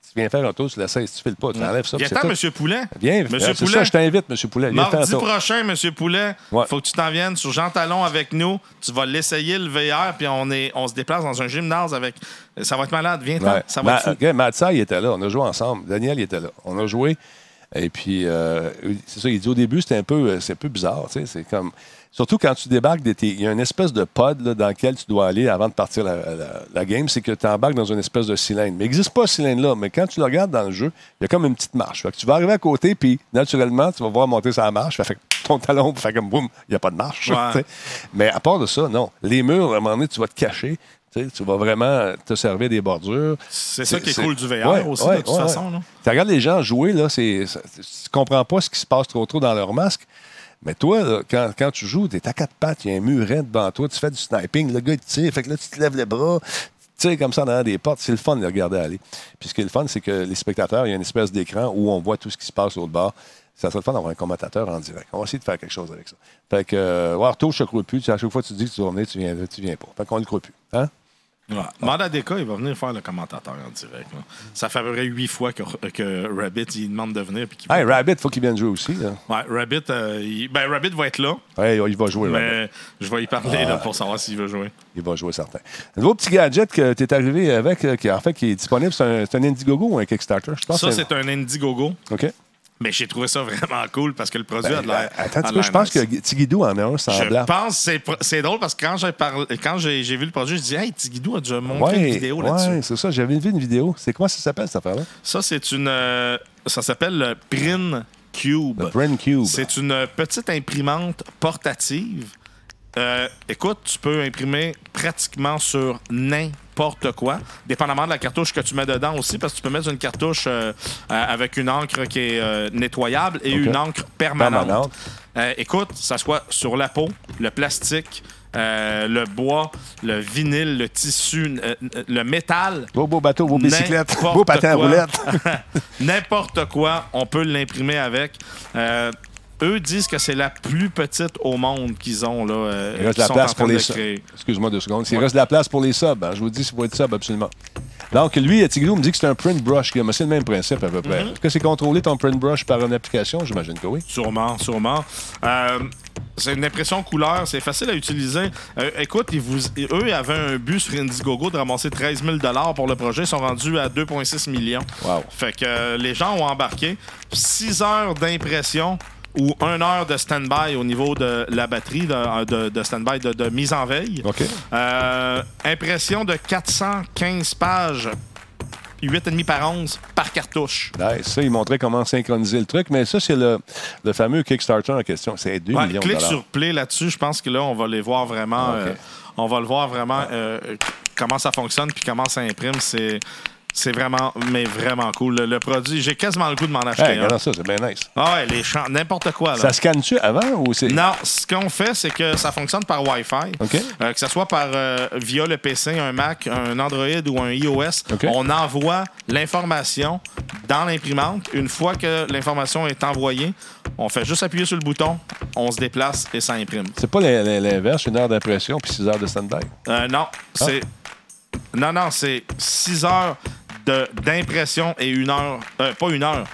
viens faire un tour sur la seize, tu files pas, tu enlèves ça. Viens-t'en, M. Poulet. Viens, Monsieur c'est Poulet. ça, je t'invite, M. Poulet. Viens Mardi tantôt. prochain, M. Poulet, il Ouais. faut que tu t'en viennes sur Jean Talon avec nous. Tu vas l'essayer, le V R, puis on, est, on se déplace dans un gymnase avec... Ça va être malade, viens-t'en, Ouais. ça va être fou. Ma, Matza, il était là. On a joué ensemble. Daniel, il était là. On a joué. Et puis, euh, c'est ça, il dit au début, c'était un peu, c'est un peu bizarre. Tu sais, c'est comme... Surtout quand tu débarques, de tes... il y a une espèce de pod là, dans lequel tu dois aller avant de partir la, la, la game, c'est que tu embarques dans une espèce de cylindre. Mais il n'existe pas ce cylindre-là, mais quand tu le regardes dans le jeu, il y a comme une petite marche. Fait que tu vas arriver à côté, puis naturellement, tu vas voir monter sa marche. Fait que ton talon fait comme boum, il n'y a pas de marche. Ouais. Mais à part de ça, non. Les murs, à un moment donné, tu vas te cacher. Tu sais, tu vas vraiment te servir des bordures. C'est ça qui est c'est- cool du V R ouais, aussi, ouais, de toute ouais, façon. ouais. Là. Tu regardes les gens jouer, là, c'est, c'est- tu comprends pas ce qui se passe trop trop dans leur masque. Mais toi, là, quand, quand tu joues, tu es à quatre pattes, il y a un muret devant toi, tu fais du sniping, le gars, il tire, fait que là, tu te lèves les bras, tu tires comme ça dans des portes. C'est le fun de le regarder aller. Puis ce qui est le fun, c'est que les spectateurs, il y a une espèce d'écran où on voit tout ce qui se passe au bord. Ça serait le fun d'avoir un commentateur en direct. On va essayer de faire quelque chose avec ça. Fait que, euh, ouais, Arthur, je ne crois plus. À chaque fois que tu dis que tu vas venir, tu viens, tu viens pas. Fait qu'on ne le croit plus. Hein? Ouais. Manda Deka, il va venir faire le commentateur en direct. Là. Ça fait à peu près huit fois que, que Rabbit il demande de venir. Puis qu'il Hey, va- Rabbit, il faut qu'il vienne jouer aussi. Là. Ouais, Rabbit, euh, il... Ben, Rabbit va être là, Ouais, il va jouer, Rabbit. mais je vais y parler là, pour savoir s'il veut jouer. Il va jouer certain. Un nouveau petit gadget que tu es arrivé avec, euh, qui, en fait, qui est disponible, c'est un, c'est un Indiegogo ou un Kickstarter? Je pense Ça, que c'est un Indiegogo. OK. Mais j'ai trouvé ça vraiment cool parce que le produit a de Ben, l'air. attends, un a petit de peu, je l'air pense nice. que Tigidou en a un Je semblable. pense que c'est, c'est drôle parce que quand j'ai, parlé, quand j'ai, j'ai vu le produit, je dis hey, Tigidou a déjà montré Ouais, une vidéo ouais, là-dessus. c'est ça. J'avais vu une vidéo. C'est comment ça s'appelle, cette affaire-là? Ça, c'est une. euh, ça s'appelle le Prin Cube. Le Brain Cube. C'est une petite imprimante portative. Euh, écoute, tu peux imprimer pratiquement sur n'importe quoi, dépendamment de la cartouche que tu mets dedans aussi, parce que tu peux mettre une cartouche euh, euh, avec une encre qui est euh, nettoyable et OK. une encre permanente. Permanente. Euh, écoute, ça soit sur la peau, le plastique, euh, le bois, le vinyle, le tissu, euh, le métal. Vos beaux bateaux, vos bicyclettes, N'importe vos patins à quoi. roulettes. N'importe quoi, on peut l'imprimer avec. Euh, eux disent que c'est la plus petite au monde qu'ils ont. Là, euh, Il reste de qu'ils la sont place en pour train les de subs. créer. Excuse-moi deux secondes. Il reste de la place pour les subs. hein. Je vous dis, c'est pour être sub, absolument. Donc, lui, Tigidou me dit que c'est un print brush. Mais c'est le même principe, à peu près. Mm-hmm. Est-ce que c'est contrôlé ton print brush par une application? J'imagine que oui. Sûrement, sûrement. Euh, c'est une impression couleur, c'est facile à utiliser. Euh, écoute, ils vous, eux ils avaient un but sur Indiegogo de ramasser treize mille pour le projet. Ils sont rendus à deux virgule six millions. Wow. Fait que euh, les gens ont embarqué. six heures d'impression ou une heure de stand-by au niveau de la batterie, de, de, de stand-by, de, de mise en veille. OK. Euh, impression de quatre cent quinze pages, huit virgule cinq par onze par cartouche. Nice. Ça, il montrait comment synchroniser le truc. Mais ça, c'est le, le fameux Kickstarter en question. C'est deux Ouais, millions de clique dollars. sur Play là-dessus. Je pense que là, on va les voir vraiment. Ok. euh, on va le voir vraiment euh, comment ça fonctionne puis comment ça imprime. C'est, c'est vraiment, mais vraiment cool. Le, le produit, j'ai quasiment le goût de m'en acheter Hey, un. regarde ça, c'est bien nice. Ah ouais, les champs, n'importe quoi. Là. Ça scanne-tu avant ou c'est. Non, ce qu'on fait, c'est que ça fonctionne par Wi-Fi. OK. Euh, que ce soit par euh, via le P C, un Mac, un Android ou un iOS, OK. on envoie l'information dans l'imprimante. Une fois que l'information est envoyée, on fait juste appuyer sur le bouton, on se déplace et ça imprime. C'est pas l'in- l'in- l'inverse, une heure d'impression puis six heures de stand-by. Euh, non, c'est. Non, non, c'est six heures de, d'impression et une heure. euh, pas une heure.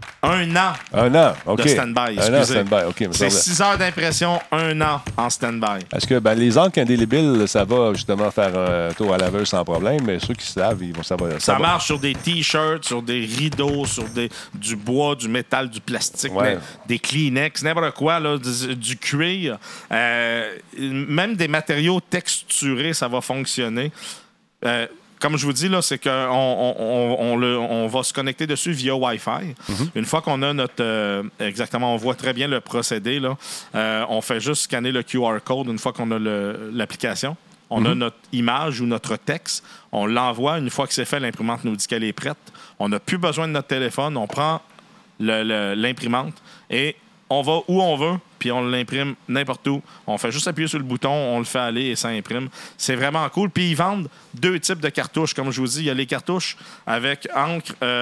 Un an Un an, OK. de stand-by. Un an de Excusez. stand-by, OK. me C'est semblait. six heures d'impression, un an en stand-by. Est-ce que ben, les encres indélébiles, ça va justement faire un tour à laveuse sans problème, mais ceux qui se lavent, ils vont, ça va. Ça va. marche sur des t-shirts, sur des rideaux, sur des, du bois, du métal, du plastique, Ouais. mais des Kleenex, n'importe quoi, là, du, du cuir. Euh, même des matériaux texturés, ça va fonctionner. Euh, comme je vous dis, là, c'est qu'on on, on, on, le- on va se connecter dessus via Wi-Fi. Mm-hmm. Une fois qu'on a notre... euh, exactement, on voit très bien le procédé. Là. Euh, on fait juste scanner le Q R code une fois qu'on a le- l'application. On Mm-hmm. a notre image ou notre texte. On l'envoie. Une fois que c'est fait, l'imprimante nous dit qu'elle est prête. On n'a plus besoin de notre téléphone. On prend le- le- l'imprimante et on va où on veut, puis on l'imprime n'importe où. On fait juste appuyer sur le bouton, on le fait aller et ça imprime. C'est vraiment cool. Puis ils vendent deux types de cartouches. Comme je vous dis, il y a les cartouches avec encre euh,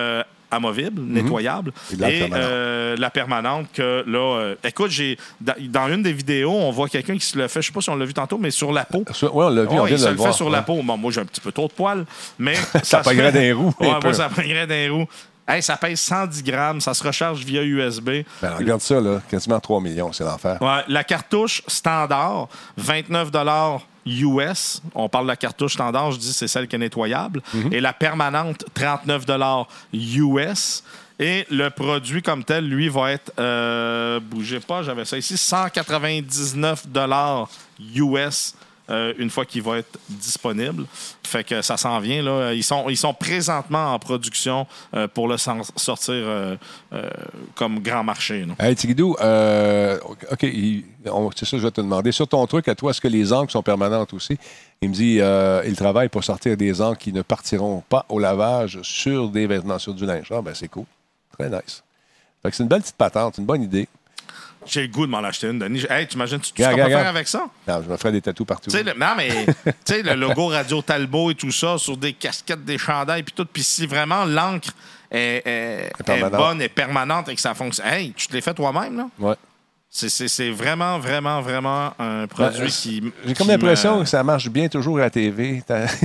amovible, mm-hmm. nettoyable. Et, la, et permanente. Euh, la permanente que là... Euh, écoute, j'ai dans, dans une des vidéos, on voit quelqu'un qui se le fait, je sais pas si on l'a vu tantôt, mais sur la peau. Oui, on l'a vu, oh, on vient il de se le le voir. fait sur ouais. la peau. Bon, moi, j'ai un petit peu trop de poils, mais... ça ça pognerait des roues. Ouais, moi, ça pognerait des roues. Hey, ça pèse cent dix grammes, ça se recharge via U S B. Ben, regarde ça, là, quasiment trois millions, c'est l'enfer. Ouais, la cartouche standard, vingt-neuf dollars U S. On parle de la cartouche standard, je dis c'est celle qui est nettoyable. Mm-hmm. Et la permanente, trente-neuf dollars U S. Et le produit comme tel, lui, va être, euh, bougez pas, j'avais ça ici, cent quatre-vingt-dix-neuf dollars U S. Euh, une fois qu'il va être disponible. Fait que ça s'en vient. Là. Ils sont, ils sont présentement en production euh, pour le sortir euh, euh, comme grand marché. Là. Hey, Tigidou, euh, OK, il, on, c'est ça que je vais te demander. Sur ton truc, à toi, est-ce que les encres sont permanentes aussi? Il me dit euh, il travaille pour sortir des encres qui ne partiront pas au lavage sur des vêtements, sur du linge. Ah, ben c'est cool. Très nice. Fait que c'est une belle petite patente, une bonne idée. J'ai le goût de m'en acheter une, Denis. Hey, tu imagines, tu sais ce qu'on peut faire avec ça? Non, je me ferais des tatous partout. Le, non, mais tu sais, le logo Radio Talbot et tout ça, sur des casquettes, des chandails, puis tout. Puis si vraiment l'encre est, est, est bonne et permanente et que ça fonctionne, hey, tu te l'es fait toi-même, là? Ouais. C'est, c'est, c'est vraiment, vraiment, vraiment un produit ben, qui. J'ai comme l'impression me... que ça marche bien toujours à la T V.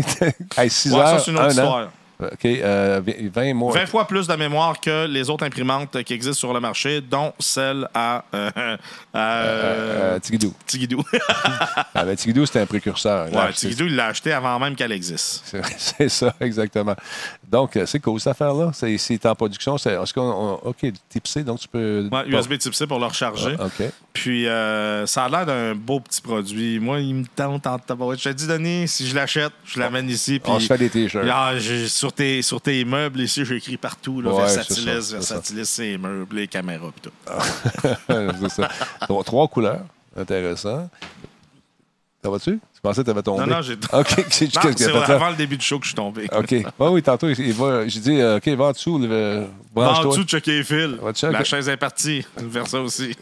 À six ouais, heures, ça, c'est une autre histoire. An. OK, euh, vingt mois. vingt fois plus de mémoire que les autres imprimantes qui existent sur le marché, dont celle à, euh, à euh, euh, Tigidou. Tigidou. ah, ben, Tigidou, c'était un précurseur. Il ouais, Tigidou, il l'a acheté avant même qu'elle existe. C'est, c'est ça, exactement. Donc, c'est cool, cette affaire-là. C'est, c'est en production. C'est, est-ce qu'on, on, OK, type C, donc tu peux... Ouais, U S B type C pour le recharger. Ah, OK. Puis, euh, ça a l'air d'un beau petit produit. Moi, il me tente en tabarouette. Je te dis, Denis, si je l'achète, je l'amène ici. Puis, on se fait des T-shirts. Là, j'ai, sur, tes, sur tes meubles, ici, j'ai écrit partout. Là, ouais, Versatilis, c'est Versatilis, c'est les meubles, les caméras, puis tout. c'est ça. Donc, trois couleurs. Intéressant. Ça va-tu? Tu pensais que tu avais tombé? Non, non, j'ai... OK. C'est, non, c'est avant le début du show que je suis tombé. OK. Oh, oui, tantôt, il va, j'ai dit, OK, va en dessous. Le, va en dessous, checker les fils. Check, la chaise est partie. Je vais faire ça aussi.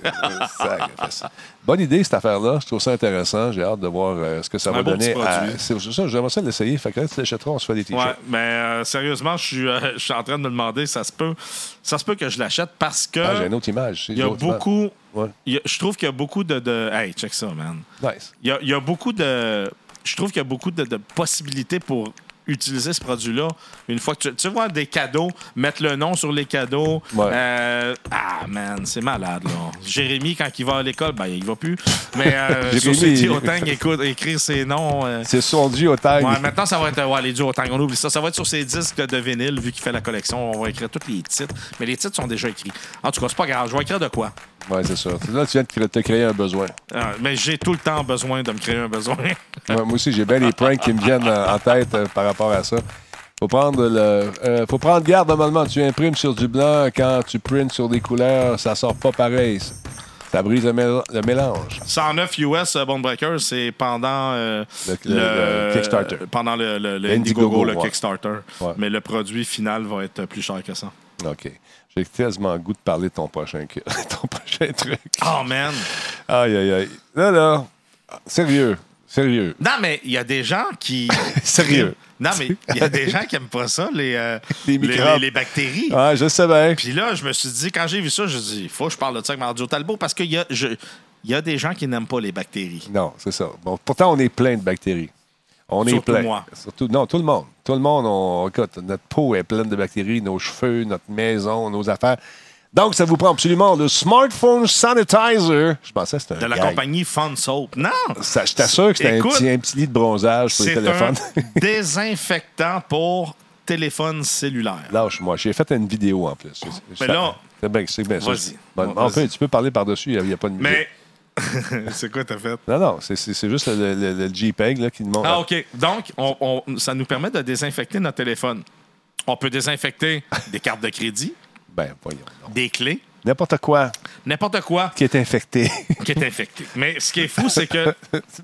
Bonne idée, cette affaire-là. Je trouve ça intéressant. J'ai hâte de voir euh, ce que ça un va beau donner. À... C'est ça, j'aimerais ça l'essayer. Fait que là, tu l'achèteras, on se fait des T-shirts. Ouais, mais euh, sérieusement, je suis, euh, je suis en train de me demander, ça se peut, ça se peut que je l'achète parce que... Ah, j'ai une autre image. Il y a beaucoup... Ouais. Il y a, je trouve qu'il y a beaucoup de, de... Hey, check ça, man. Nice. Il y a, il y a beaucoup de... Je trouve qu'il y a beaucoup de, de possibilités pour utiliser ce produit-là. Une fois que tu, tu vois des cadeaux, mettre le nom sur les cadeaux. Ouais. Euh, ah, man, c'est malade, là. Jérémy, quand il va à l'école, ben, il va plus. Mais euh, sur ses duotangs, écoute, écrire ses noms. Euh, c'est son duotang. Ouais, maintenant, ça va être ouais, les duotangs. On oublie ça. Ça va être sur ses disques de vinyle, vu qu'il fait la collection. On va écrire tous les titres. Mais les titres sont déjà écrits. En tout cas, c'est pas grave. Je vais écrire de quoi? Oui, c'est ça. Là, tu viens de te créer un besoin. Ah, mais j'ai tout le temps besoin de me créer un besoin. Ouais, moi aussi, j'ai bien les pranks qui me viennent en tête euh, par rapport à ça. Faut prendre le, euh, faut prendre garde normalement. Tu imprimes sur du blanc, quand tu prints sur des couleurs, ça sort pas pareil. Ça brise le, mél- le mélange. cent neuf U S euh, Bonebreaker, c'est pendant euh, le, le, le, le Kickstarter. Pendant le, le, le Indiegogo, Indiegogo, le ouais. Kickstarter. Ouais. Mais le produit final va être plus cher que ça. OK. J'ai quasiment le goût de parler de ton prochain, ton prochain truc. Oh, man! Aïe, aïe, aïe. Là, là, sérieux, sérieux. Non, mais il y a des gens qui... sérieux. Non, mais il y a des gens qui n'aiment pas ça, les, euh, les, les, les, les bactéries. Ah, je sais bien. Puis là, je me suis dit, quand j'ai vu ça, je me suis dit, il faut que je parle de ça avec Radio Talbot parce qu'il y a, je, il y a des gens qui n'aiment pas les bactéries. Non, c'est ça. Bon, pourtant, on est plein de bactéries. On est Surtout plein. moi. Surtout, non, tout le monde. Tout le monde, on, écoute, notre peau est pleine de bactéries, nos cheveux, notre maison, nos affaires. Donc, ça vous prend absolument le Smartphone Sanitizer. Je pensais que c'était un de la gag. compagnie Fun Soap. Non! Ça, je t'assure que c'était Écoute, un, petit, un petit lit de bronzage pour les téléphones. C'est un désinfectant pour téléphone cellulaire. Lâche-moi. J'ai fait une vidéo en plus. Mais là... C'est bien, c'est bien ça. Vas-y. Bon, vas-y. Peut, tu peux parler par-dessus, il n'y a, a pas de vidéo. Mais... c'est quoi t'as fait? Non, non, c'est, c'est, c'est juste le, le, le JPEG là, qui nous montre. Ah, OK. Donc, on, on, ça nous permet de désinfecter notre téléphone. On peut désinfecter des cartes de crédit. Ben, voyons. Non. Des clés. N'importe quoi. N'importe quoi. Qui est infecté. Qui est infecté. Mais ce qui est fou, c'est que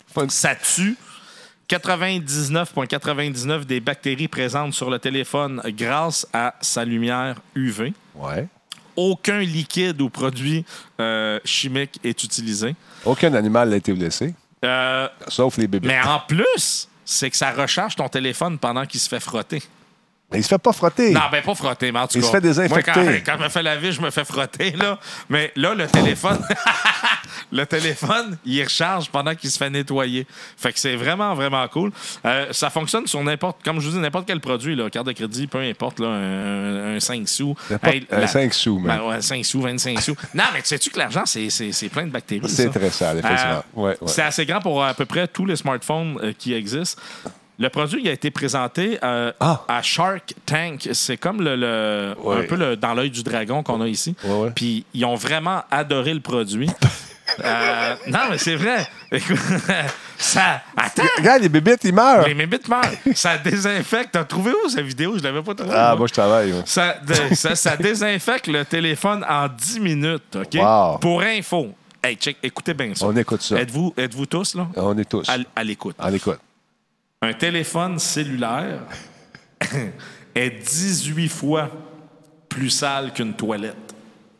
ça tue quatre-vingt-dix-neuf virgule quatre-vingt-dix-neuf des bactéries présentes sur le téléphone grâce à sa lumière U V. Ouais. Aucun liquide ou produit euh, chimique est utilisé. Aucun animal n'a été blessé. Euh, sauf les bébés. Mais en plus, c'est que ça recharge ton téléphone pendant qu'il se fait frotter. Mais il se fait pas frotter. Non, ben pas frotter, mais en tout Il cas. se fait désinfecter. Moi, quand, quand je me fais laver, je me fais frotter, là. Mais là, le téléphone... le téléphone, il recharge pendant qu'il se fait nettoyer. Fait que c'est vraiment, vraiment cool. Euh, ça fonctionne sur n'importe... Comme je vous dis, n'importe quel produit, là. Carte de crédit, peu importe, là. Un, un cinq sous. Hey, un la... cinq sous, même. Ben, ouais, cinq sous, vingt-cinq sous. Non, mais tu sais-tu que l'argent, c'est, c'est, c'est plein de bactéries, C'est ça. très sale, effectivement. Euh, ouais, ouais. C'est assez grand pour à peu près tous les smartphones euh, qui existent. Le produit il a été présenté euh, ah. à Shark Tank. C'est comme le, le ouais. un peu le, dans l'œil du dragon qu'on a ici. Ouais, ouais. Puis ils ont vraiment adoré le produit. euh, non, mais c'est vrai. Écoute, ça... Attends! Regarde, les bébites, ils meurent. Les bébites meurent. Ça désinfecte. T'as trouvé où, cette vidéo? Je l'avais pas trouvée. Ah, moi, moi je travaille. Ouais. Ça, de, ça, ça désinfecte le téléphone en dix minutes. OK? Wow. Pour info. Hey, check, écoutez bien ça. On écoute ça. Êtes-vous, êtes-vous tous, là? On est tous. À, à l'écoute. À l'écoute. Un téléphone cellulaire est dix-huit fois plus sale qu'une toilette.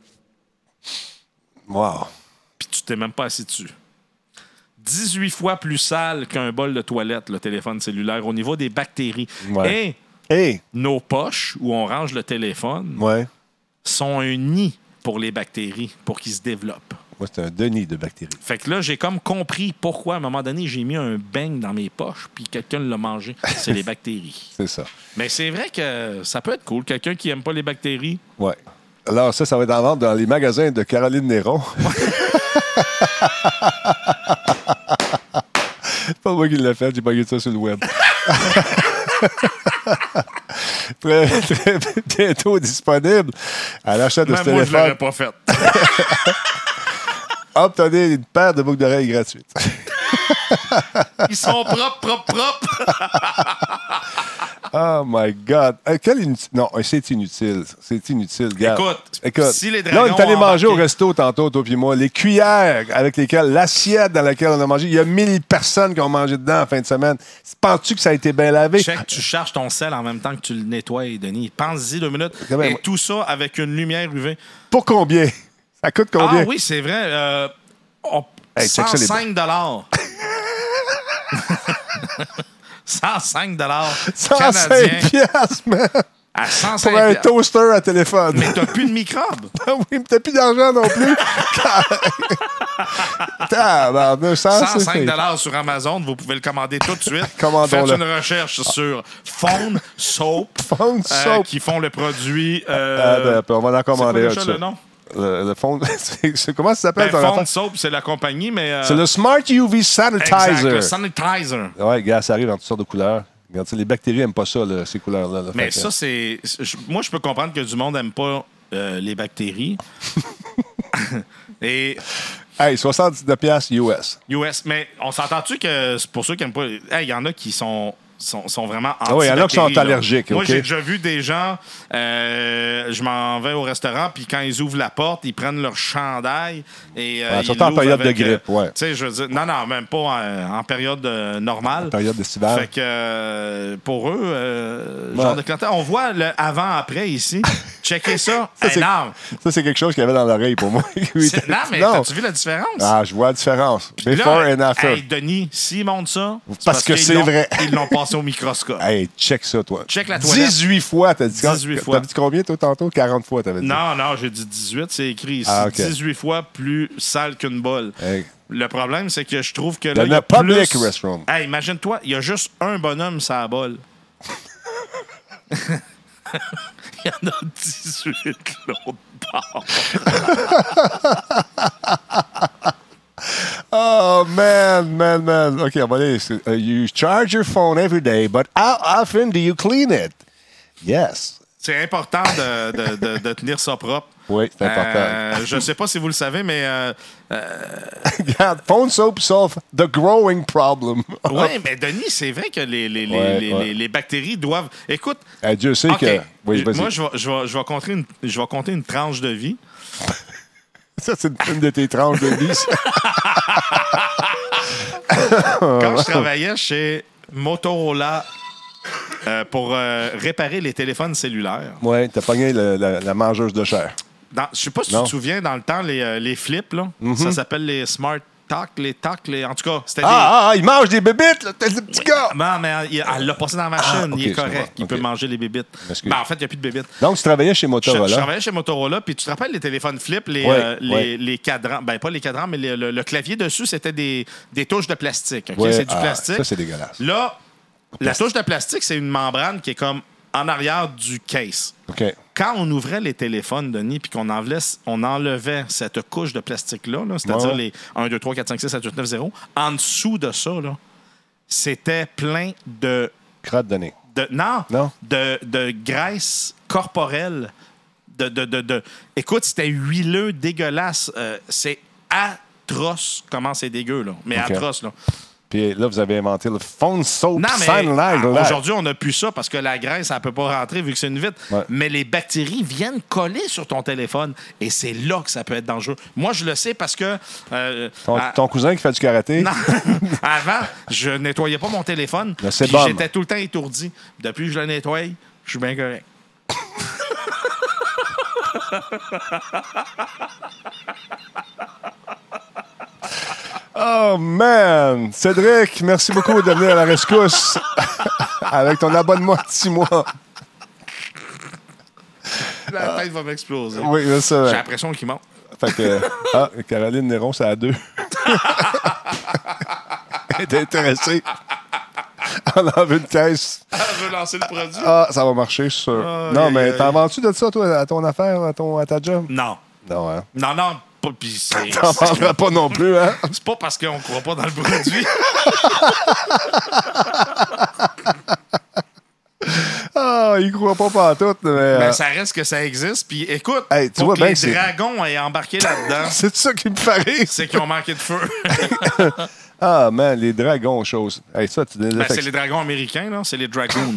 Wow. Puis tu t'es même pas assis dessus. dix-huit fois plus sale qu'un bol de toilette, le téléphone cellulaire, au niveau des bactéries. Ouais. Et hey. nos poches, où on range le téléphone, ouais. sont un nid pour les bactéries, pour qu'ils se développent. Moi, c'est un Denis de bactéries. Fait que là, j'ai comme compris pourquoi, à un moment donné, j'ai mis un beigne dans mes poches, puis quelqu'un l'a mangé. C'est les bactéries. C'est ça. Mais c'est vrai que ça peut être cool. Quelqu'un qui aime pas les bactéries. Ouais. Alors, ça, ça va être en vente dans les magasins de Caroline Néron. C'est pas moi qui l'ai fait, j'ai pas ça sur le web. très, très bientôt disponible à l'achat de Même ce moi, téléphone. je l'aurais pas fait. Obtenez une paire de boucles d'oreilles gratuites. Ils sont propres, propres, propres. Oh my God. Euh, quel inutile. Non, c'est inutile. C'est inutile, gars. Écoute, Écoute, si les dragons là, on est allé ont manger embarqué... au resto tantôt, toi puis moi. Les cuillères avec lesquelles, l'assiette dans laquelle on a mangé, il y a mille personnes qui ont mangé dedans en fin de semaine. Penses-tu que ça a été bien lavé? Check, tu charges ton sel en même temps que tu le nettoies, Denis. Pense-y deux minutes. Quand même, Et ouais. tout ça avec une lumière U V. Pour combien? Ça coûte combien? Ah oui, c'est vrai. Euh, on... Hey, check ça, les cent cinq dollars. cent cinq dollars cent cinq canadiens. piastres, man! À cent cinq Pour un piastres. toaster à téléphone. Mais t'as plus de microbes. oui, mais t'as plus d'argent non plus. Tabarnak, cent cinq dollars sur Amazon, vous pouvez le commander tout de suite. Commandons-le. Faites une recherche sur Phone Soap, Phone euh, Soap. qui font le produit. Euh, Euh, ben, on va en commander c'est un. quoi déjà ça. le nom? Le, le fond, c'est, c'est- comment ça s'appelle? Ben, ton Phone affaire? Soap, c'est la compagnie, mais. euh, C'est le Smart U V exact, Sanitizer. le sanitizer. Ouais, gars, ça arrive en toutes sortes de couleurs. Regarde, les bactéries n'aiment pas ça, là, ces couleurs-là. Là. Mais Fait que- ça, c'est. je- Moi, je peux comprendre que du monde n'aime pas euh, les bactéries. Et Hey, soixante-dix-neuf piastres U S. U S. Mais on s'entend-tu que c'est pour ceux qui n'aiment pas. Hey, il y en a qui sont. Sont, sont vraiment anti Ah oui, il y en a qui sont bactéries, là. allergiques, Moi, OK? j'ai déjà vu des gens, euh, je m'en vais au restaurant, puis quand ils ouvrent la porte, ils prennent leur chandail et euh, Ouais, ils surtout en l'ouvrent période de avec, euh, grippe, ouais. Tu sais, je veux dire, non, non, même pas en, en période euh, normale. Période estivale. Fait que euh, pour eux, euh, Ouais. genre de clientèle, on voit le avant-après ici. Checkez ça. Ça, Hey, c'est- non, Ça, c'est quelque chose qu'il y avait dans l'oreille pour moi. Oui, c'est- non, mais non. t'as-tu vu la différence? Ah, je vois la différence. Before Là, and after. hey, Denis, s'ils montrent ça, Parce que qu'ils c'est l'ont- vrai. Ils l'ont passé au microscope. Hey, check ça, toi. Check la toilette. dix-huit fois, t'as dit. dix-huit fois. T'as dit combien, toi, tantôt? quarante fois, t'avais dit. Non, non, j'ai dit dix-huit, c'est écrit ici. Ah, ok. dix-huit fois plus sale qu'une bolle. Hey. Le problème, c'est que je trouve que là, Dans il y a le public plus... restroom. Hey, imagine-toi, il y a juste un bonhomme sur la bolle. Il y en a dix-huit l'autre bord. Oh, man, man, man. OK, on va aller. Uh, you charge your phone every day, but how often do you clean it? Yes. C'est important de, de, de, de tenir ça propre. Oui, c'est important. Euh, je ne sais pas si vous le savez, mais euh, Regarde, phone soap solve the growing problem. oui, mais Denis, c'est vrai que les, les, les, Ouais, les, ouais. les, les bactéries doivent. Écoute, Eh, Dieu sait OK, que. Oui, vas-y. moi, je vais, je, vais, je, vais compter une, je vais compter une tranche de vie. Ça, c'est une de tes tranches de vie. ça. Quand je travaillais chez Motorola euh, pour euh, réparer les téléphones cellulaires, Ouais, t'as pogné le- la, la mangeuse de chair. dans, je sais pas si Non. tu te souviens, dans le temps, les, euh, les flips, là, Mm-hmm. ça s'appelle les Smart tac, les tac, les... En tout cas, c'était Ah, des... ah, ah, il mange des bébites, là, t'es le petit gars! Non, mais il- elle l'a passé dans la machine. Ah, ok, il est excuse-moi. correct. Il Ok. peut manger les bébites. M'excuse. Ben, en fait, il n'y a plus de bébites. Donc, tu travaillais chez Je, Motorola. je travaillais chez Motorola, puis tu te rappelles les téléphones flip, les, Ouais, euh, les, ouais. les cadrans, ben pas les cadrans, mais les- le, le clavier dessus, c'était des, des touches de plastique. ok? Ouais, C'est du ah, plastique. ça, c'est dégueulasse. Là, la touche de plastique, c'est une membrane qui est comme en arrière du case. OK. Quand on ouvrait les téléphones, Denis, puis qu'on enlevait, on enlevait cette couche de plastique-là, là, c'est-à-dire Ouais. les un, deux, trois, quatre, cinq, six, sept, huit, neuf, zéro, en dessous de ça, là, c'était plein de Crotte de nez. de, non, Non? De, de graisse corporelle. De, de, de, de- Écoute, c'était huileux, dégueulasse. Euh, c'est atroce comment c'est dégueu, là. Mais OK. atroce, là. Puis là, vous avez inventé le phone soap Non, mais sunlight. ah, là. aujourd'hui, on n'a plus ça parce que la graisse, elle ne peut pas rentrer vu que c'est une vitre. Ouais. Mais les bactéries viennent coller sur ton téléphone et c'est là que ça peut être dangereux. Moi, je le sais parce que... euh, Ton, à- ton cousin qui fait du karaté. Non. Avant, je nettoyais pas mon téléphone. Le puis sébum. J'étais tout le temps étourdi. Depuis que je le nettoie, je suis bien correct. Oh, man! Cédric, merci beaucoup de venir à la rescousse avec ton abonnement de six mois. La tête va m'exploser. Oui, c'est ça. J'ai l'impression qu'il monte. Fait que, ah, Caroline Néron, c'est à deux. Elle est intéressée. On en veut une caisse. Je veux lancer le produit. Ah, ça va marcher, je suis sûr. Ah, non, aïe, mais aïe. t'en vends-tu de ça, toi, à ton affaire, à, ton, à ta job? Non. Non, hein? Non, non. Pas, puis c'est, T'en vendras pas non plus, hein? c'est pas parce qu'on croit pas dans le produit. Ah, il croit pas pantoute, mais... euh, Mais ça reste que ça existe. Puis écoute, Hey, tu pour vois que bien les que c'est- dragons aient embarqué là-dedans, c'est ça qui me fait rire. c'est qu'ils ont manqué de feu. Ah, man, les dragons, chose. Hey, ça, tu Ben, désinfectes. c'est les dragons américains, là. C'est les dragoons.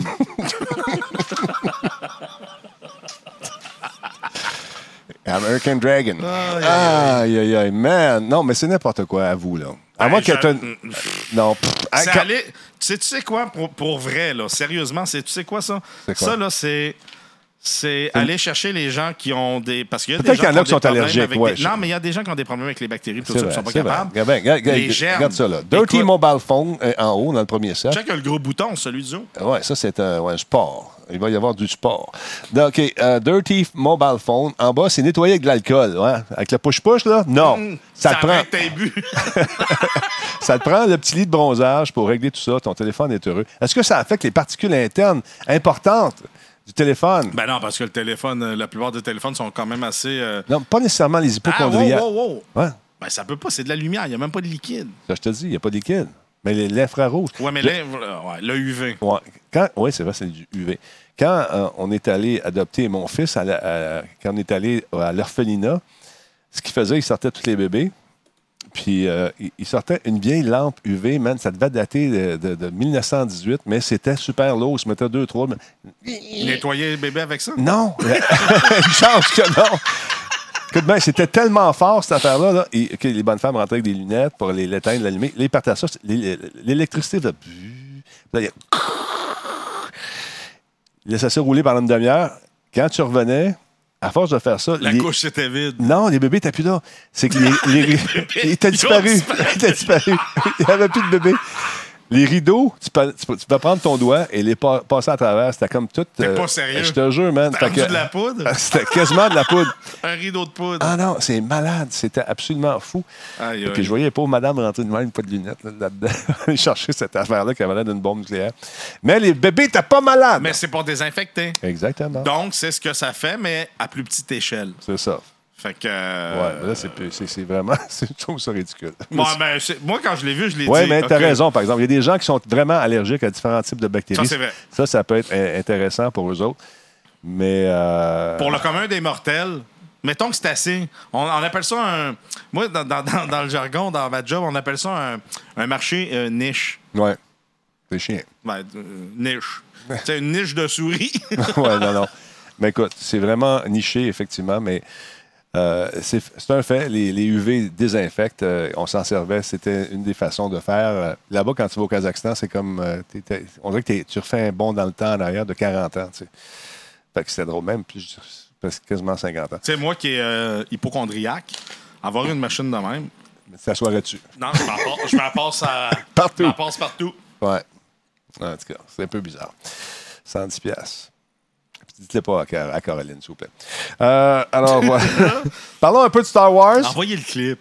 American Dragon. Aïe, Aïe, aïe, aïe, man. Non, mais c'est n'importe quoi à vous, là. À Ben, moins que je- t'aies... Non. pff, ah, C'est quand- aller- Tu sais, tu sais quoi, pour, pour vrai, là, sérieusement, c'est, tu sais quoi, ça? C'est quoi? Ça, là, c'est... C'est aller chercher les gens qui ont des... Parce qu'il y a Peut-être des gens qu'il y en a ont qui sont des problèmes allergiques, avec ouais, des- je- Non, mais il y a des gens qui ont des problèmes avec les bactéries, tout C'est ça, vrai, qui sont pas c'est vrai. capables. Regarde, regarde, regarde, Les germes. regarde ça, là. Dirty Écoute- Mobile Phone euh, en haut, dans le premier set. Check le gros bouton, celui du haut. Ouais, ça, c'est un ouais, sport. Il va y avoir du sport. Donc, OK, euh, Dirty Mobile Phone. En bas, c'est nettoyé avec de l'alcool. Ouais. Avec le push-push, là? Non. Mmh, ça, te prend, arrête tes buts. ça te prend le petit lit de bronzage pour régler tout ça. Ton téléphone est heureux. Est-ce que ça affecte les particules internes importantes du téléphone? Ben non, parce que le téléphone, euh, la plupart des téléphones sont quand même assez... euh, Non, pas nécessairement les Ah, wow, hypochondriacs. wow, wow. Ouais, Ben ça peut pas, c'est de la lumière, il n'y a même pas de liquide. ça, je te dis, il n'y a pas de liquide. Mais les- l'infrarouge. Ouais, mais Je- là, voilà, ouais, le U V. Ouais. Quand, oui, c'est vrai, c'est du U V. Quand euh, on est allé adopter mon fils, à la- à- quand on est allé à l'orphelinat, ce qu'il faisait, il sortait tous les bébés. Puis euh, il, il sortait une vieille lampe U V, man, ça devait dater de, de, de mille neuf cent dix-huit, mais c'était super lourd. Il se mettait deux, trois. mais- Nettoyer le bébé avec ça? Non! Une chance que non! Écoute bien, c'était tellement fort, cette affaire-là, là, et, que les bonnes femmes rentraient avec des lunettes pour les l'éteindre, l'allumer. Là, ils partaient à ça. c'est- l'é- L'électricité, là, là, il il laissait ça rouler pendant une demi-heure. Quand tu revenais, à force de faire ça... La les- couche était vide. Non, les bébés n'étaient plus là. C'est que les... les- ils étaient ils ont disparus. disparu. Ils étaient disparus. Il n'y avait plus de bébés. Les rideaux, tu peux, tu peux- tu peux prendre ton doigt et les pa- passer à travers. C'était comme tout... T'es euh, pas sérieux? Je te jure, man. T'as Fait rendu que- de la poudre? C'était quasiment de la poudre. Un rideau de poudre. Ah non, c'est malade. C'était absolument fou. Aïe, Et aïe. puis je voyais les pauvres madame rentrer de même, pas de lunettes là, là-dedans. Aller chercher cette affaire-là qui avait l'air d'une bombe nucléaire. Mais les bébés n'étaient pas malades. Mais c'est pour désinfecter. Exactement. Donc, c'est ce que ça fait, mais à plus petite échelle. C'est ça. Fait que... Ouais, euh, mais là, c'est, c'est, c'est vraiment... c'est- Je trouve ça ridicule. Bon, ben, c'est- moi, quand je l'ai vu, je l'ai Oui, dit. mais tu as OK. raison, par exemple. Il y a des gens qui sont vraiment allergiques à différents types de bactéries. Ça, c'est vrai. Ça, ça peut être in- intéressant pour eux autres. Mais... euh, Pour le commun des mortels, mettons que c'est assez. On, on appelle ça un... Moi, dans, dans- dans- dans le jargon, dans ma job, on appelle ça un, un marché euh, niche. Ouais. C'est chiant. Ben, euh, niche. C'est une niche de souris. Ouais, non, non. Mais écoute, c'est vraiment niché, effectivement, mais euh, c'est, c'est un fait. Les, les U V désinfectent. euh, on s'en servait. C'était une des façons de faire. Euh, là-bas, quand tu vas au Kazakhstan, c'est comme... euh, t'es- t'es- on dirait que t'es- tu refais un bond dans le temps en arrière de quarante ans, tu sais. Fait que c'était drôle. Même plus, presque quasiment cinquante ans. Tu sais, moi qui est euh, hypochondriaque, avoir une machine de même, t'assoirais-tu? Non, je m'en passe, je m'en passe à... Partout. Je m'en passe partout. Ouais. En tout cas, c'est un peu bizarre. cent dix piastres. Dites-le pas à, Car- à Caroline, s'il vous plaît. Euh, alors, voilà. Parlons un peu de Star Wars. Envoyez le clip.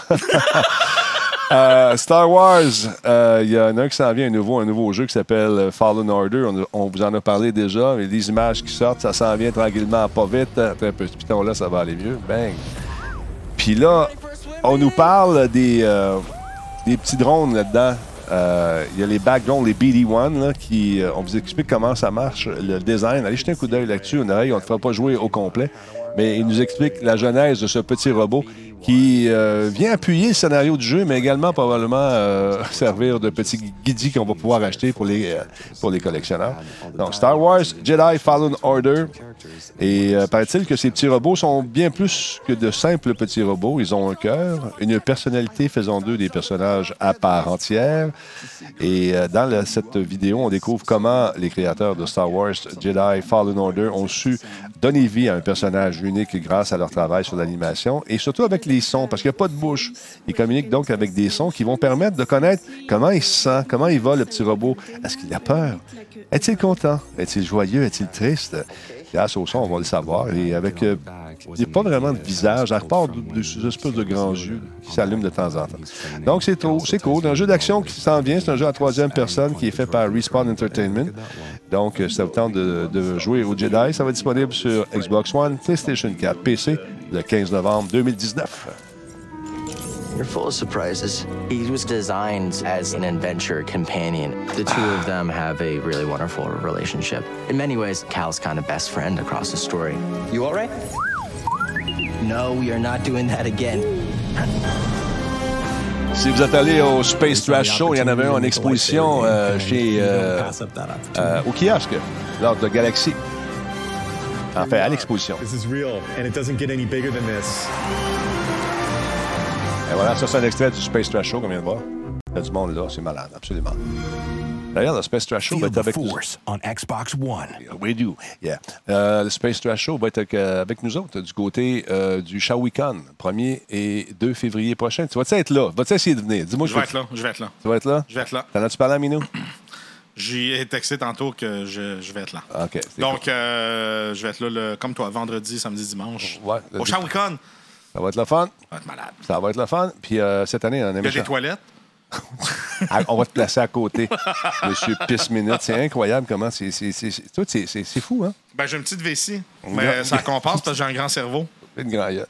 Euh, Star Wars, il euh, y en a un qui s'en vient, un nouveau, un nouveau jeu qui s'appelle Fallen Order. On, on vous en a parlé déjà. Il y a des images qui sortent, ça s'en vient tranquillement, pas vite. Attends un peu, ce piton-là, ça va aller mieux. Bang! Puis là, on nous parle des, euh, des petits drones là-dedans. Il euh, y a les backgrounds, les B D un, là, qui, euh, on vous explique comment ça marche, le design. Allez jeter un coup d'œil là-dessus, une oreille, on ne le fera pas jouer au complet. Mais il nous explique la genèse de ce petit robot qui euh, vient appuyer le scénario du jeu, mais également probablement euh, servir de petit guidi qu'on va pouvoir acheter pour les, euh, pour les collectionneurs. Donc, Star Wars Jedi Fallen Order. Et euh, paraît-il que ces petits robots sont bien plus que de simples petits robots. Ils ont un cœur, une personnalité faisant d'eux des personnages à part entière. Et euh, dans la, cette vidéo, on découvre comment les créateurs de Star Wars Jedi Fallen Order ont su donner vie à un personnage unique grâce à leur travail sur l'animation et surtout avec les sons, parce qu'il n'y a pas de bouche. Ils communiquent donc avec des sons qui vont permettre de connaître comment il se sent, comment il va, le petit robot. Est-ce qu'il a peur? Est-il content? Est-il joyeux? Est-il triste? Grâce au son, on va le savoir. Et avec... Euh, il n'y a pas vraiment de visage, à part des espèces de grands yeux qui s'allument de temps en temps. Donc, c'est trop, c'est cool. Un jeu d'action qui s'en vient, c'est un jeu à troisième personne qui est fait par Respawn Entertainment. Donc, ça vous tente de, de jouer au Jedi. Ça va être disponible sur Xbox One, PlayStation quatre, P C, le quinze novembre deux mille dix-neuf. You're full of surprises. He was designed as an adventure companion. The two of them have a really wonderful relationship. In many ways, Cal's kind of best friend across the story. You all right? No, we are not doing that again. Si vous êtes allé au Space Trash Show, il y en avait un en exposition euh, chez euh, euh, au kiosque, lors de Galaxy. En fait, à l'exposition. This is real, and it doesn't get any bigger than this. Et voilà, ça c'est un extrait du Space Trash Show qu'on vient de voir. Il y a du monde là, c'est malade, absolument. D'ailleurs, le Space Trash Show va être avec nous. on Xbox One. We do, yeah. Euh, le Space Trash Show va être avec, euh, avec nous autres du côté euh, du ShawiCon, premier et deux février prochain. Tu vas-tu être là? Vas-tu essayer de venir? Dis-moi, Je vais être là, je vais être là. Tu vas être là? Je vais être là. T'en as-tu parlé à Minou? J'ai texté tantôt que je, je vais être là. OK. Donc, cool. euh, je vais être là, le, comme toi, vendredi, samedi, dimanche. Ouais, au ShawiCon. Ça va être le fun. Ça va être malade. Ça va être le fun. Puis euh, cette année, on a Il y a des toilettes. On va te placer à côté, Monsieur Pisse Minute. C'est incroyable comment c'est. C'est, c'est, c'est, tout, c'est, c'est, c'est fou, hein? Ben, j'ai une petite vessie. Mais ça compense parce que j'ai un grand cerveau. Une grande gueule.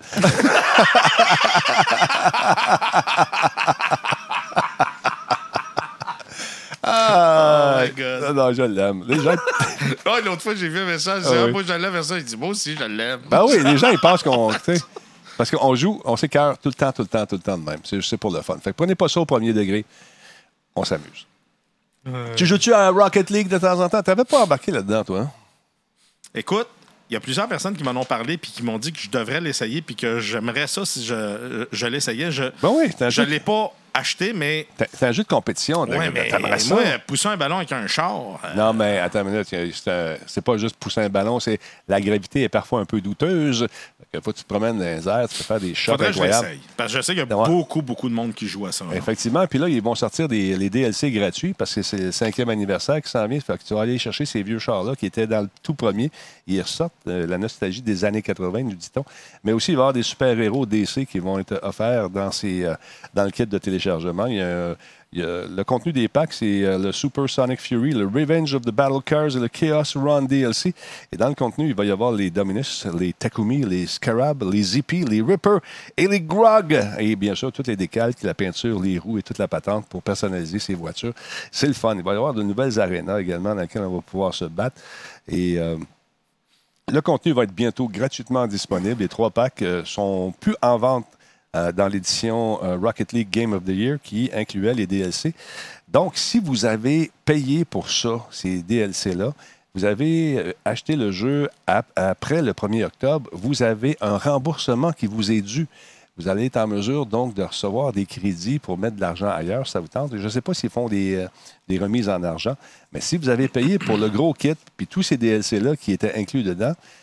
Ah, oh my God. Non, non, je l'aime. Les gens... oh, l'autre fois, j'ai vu un message. Ah, ah, oui. Moi, je l'aime, ça. Il dit, moi aussi, je l'aime. Ben oui, les gens, ils pensent qu'on. Parce qu'on joue, on s'écœure tout le temps, tout le temps, tout le temps de même. C'est, c'est pour le fun. Fait que prenez pas ça au premier degré. On s'amuse. Euh... Tu joues-tu à Rocket League de temps en temps? T'avais pas embarqué là-dedans, toi? Hein? Écoute, il y a plusieurs personnes qui m'en ont parlé puis qui m'ont dit que je devrais l'essayer puis que j'aimerais ça si je, je l'essayais. Je ben oui, je ne l'ai pas acheté, mais... C'est un jeu de compétition. Oui, mais t'aimerais ça? Moi, pousser un ballon avec un char... Euh... Non, mais attends une minute. C'est, un, c'est pas juste pousser un ballon, c'est la gravité est parfois un peu douteuse. Il faut que tu te promènes dans les airs, tu peux faire des shots Faudrait incroyables. Que je l'essaye. Parce que je sais qu'il y a ouais. beaucoup, beaucoup de monde qui joue à ça. Là. Effectivement. Puis là, ils vont sortir des, les D L C gratuits parce que c'est le cinquième anniversaire qui s'en vient. Fait que tu vas aller chercher ces vieux chars-là qui étaient dans le tout premier. Ils ressortent euh, la nostalgie des années quatre-vingt, nous dit-on. Mais aussi, il va y avoir des super-héros D C qui vont être offerts dans, ces, euh, dans le kit de téléchargement. Il y a un Il y a, le contenu des packs, c'est euh, le Super Sonic Fury, le Revenge of the Battle Cars et le Chaos Run D L C. Et dans le contenu, il va y avoir les Dominus, les Takumi, les Scarab, les Zippy, les Ripper et les Grog. Et bien sûr, toutes les décalques, la peinture, les roues et toute la patente pour personnaliser ces voitures. C'est le fun. Il va y avoir de nouvelles arénas également dans lesquelles on va pouvoir se battre. Et... Euh, le contenu va être bientôt gratuitement disponible. Les trois packs euh, sont plus en vente euh, dans l'édition euh, Rocket League Game of the Year qui incluait les D L C. Donc, si vous avez payé pour ça, ces D L C-là, vous avez euh, acheté le jeu ap- après le premier octobre, vous avez un remboursement qui vous est dû. Vous allez être en mesure, donc, de recevoir des crédits pour mettre de l'argent ailleurs, ça vous tente. Je ne sais pas s'ils font des, euh, des remises en argent, mais si vous avez payé pour le gros kit, puis tous ces D L C-là qui étaient inclus dedans,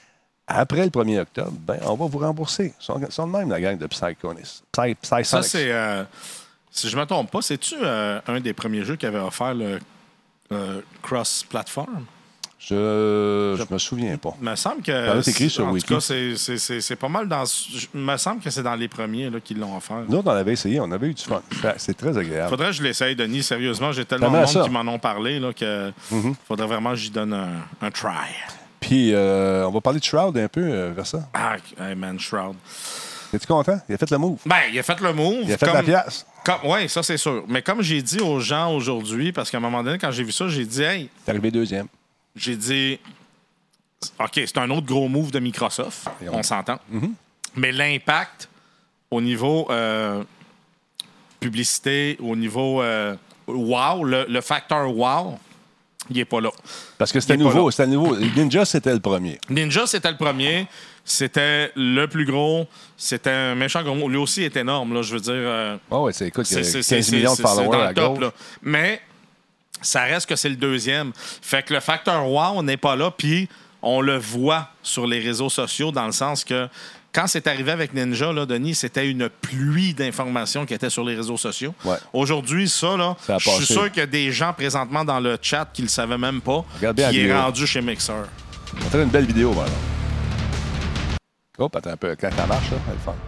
après le premier octobre, ben, on va vous rembourser. Ils sont, ils sont de même, la gang de Psychonis. Psy, Psy Ça, c'est... Euh, si je ne me trompe pas, c'est-tu euh, un des premiers jeux qui avait offert le euh, cross-platform? Je je me souviens pas. Il me semble que... Ça va être écrit sur en Wiki. tout cas, c'est, c'est, c'est, c'est pas mal dans... Il me semble que c'est dans les premiers là, qui l'ont offert. Nous autres, on avait essayé, on avait eu du fun. C'est très agréable. Faudrait que je l'essaye, Denis. Sérieusement, j'ai tellement de T'aimerais monde ça? qui m'en ont parlé là, que Mm-hmm. faudrait vraiment que j'y donne un, un try. Puis, euh, on va parler de Shroud un peu, euh, vers ça. Ah, hey man, Shroud. Es-tu content? Il a fait le move. Ben, il a fait le move. Il a fait comme, la pièce. Oui, ça, c'est sûr. Mais comme j'ai dit aux gens aujourd'hui, parce qu'à un moment donné, quand j'ai vu ça, j'ai dit, hey, T'es arrivé deuxième. j'ai dit, OK, c'est un autre gros move de Microsoft. Et on- On s'entend. Mm-hmm. Mais l'impact au niveau euh, publicité, au niveau euh, wow, le, le facteur wow, il n'est pas là. Parce que c'était Il est pas nouveau, là. c'était nouveau. Ninja, c'était le premier. Ninja, c'était le premier. C'était le plus gros. C'était un méchant gros. Lui aussi est énorme, là, je veux dire. euh, Oh, ouais, c'est écoute, il y a c'est- quinze c'est- c'est- millions de c'est- c'est followers dans à le top, gauche. là. Mais ça reste que c'est le deuxième. Fait que le facteur wow n'est pas là, puis on le voit sur les réseaux sociaux dans le sens que quand c'est arrivé avec Ninja, là, Denis, c'était une pluie d'informations qui étaient sur les réseaux sociaux. Ouais. Aujourd'hui, ça, là, Ça a je suis passé. sûr qu'il y a des gens présentement dans le chat qui ne le savaient même pas, Regarde bien qui la est vidéo. rendu chez Mixer. On va faire une belle vidéo, voilà. Hop, attends un peu. Quand ça marche, là, elle est fun.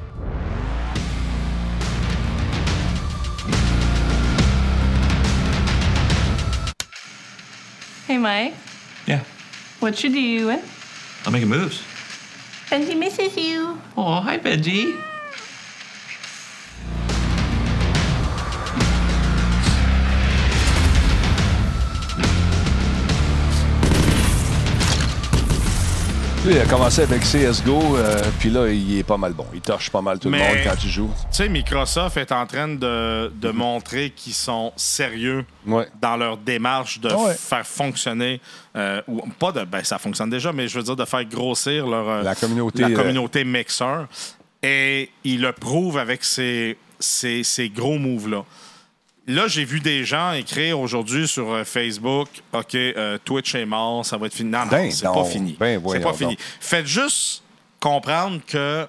Hey, Mike. Yeah, What you doing? I'm making moves. Benji misses you. Oh, hi, Benji. Lui, il a commencé avec C S G O, euh, puis là, il est pas mal bon. Il torche pas mal tout Mais- le monde quand il joue. Tu sais, Microsoft est en train de, de montrer qu'ils sont sérieux Ouais. dans leur démarche de Ah ouais. faire fonctionner, euh, ou pas de, ben ça fonctionne déjà, mais je veux dire de faire grossir leur, euh, La communauté, la euh, communauté Mixer. Et ils le prouvent avec ces, ces, ces gros moves-là. Là, j'ai vu des gens écrire aujourd'hui sur euh, Facebook, OK, euh, Twitch est mort, ça va être fini. Non, non, Ben c'est non. pas fini. Ben c'est voyons pas fini. donc. Faites juste comprendre que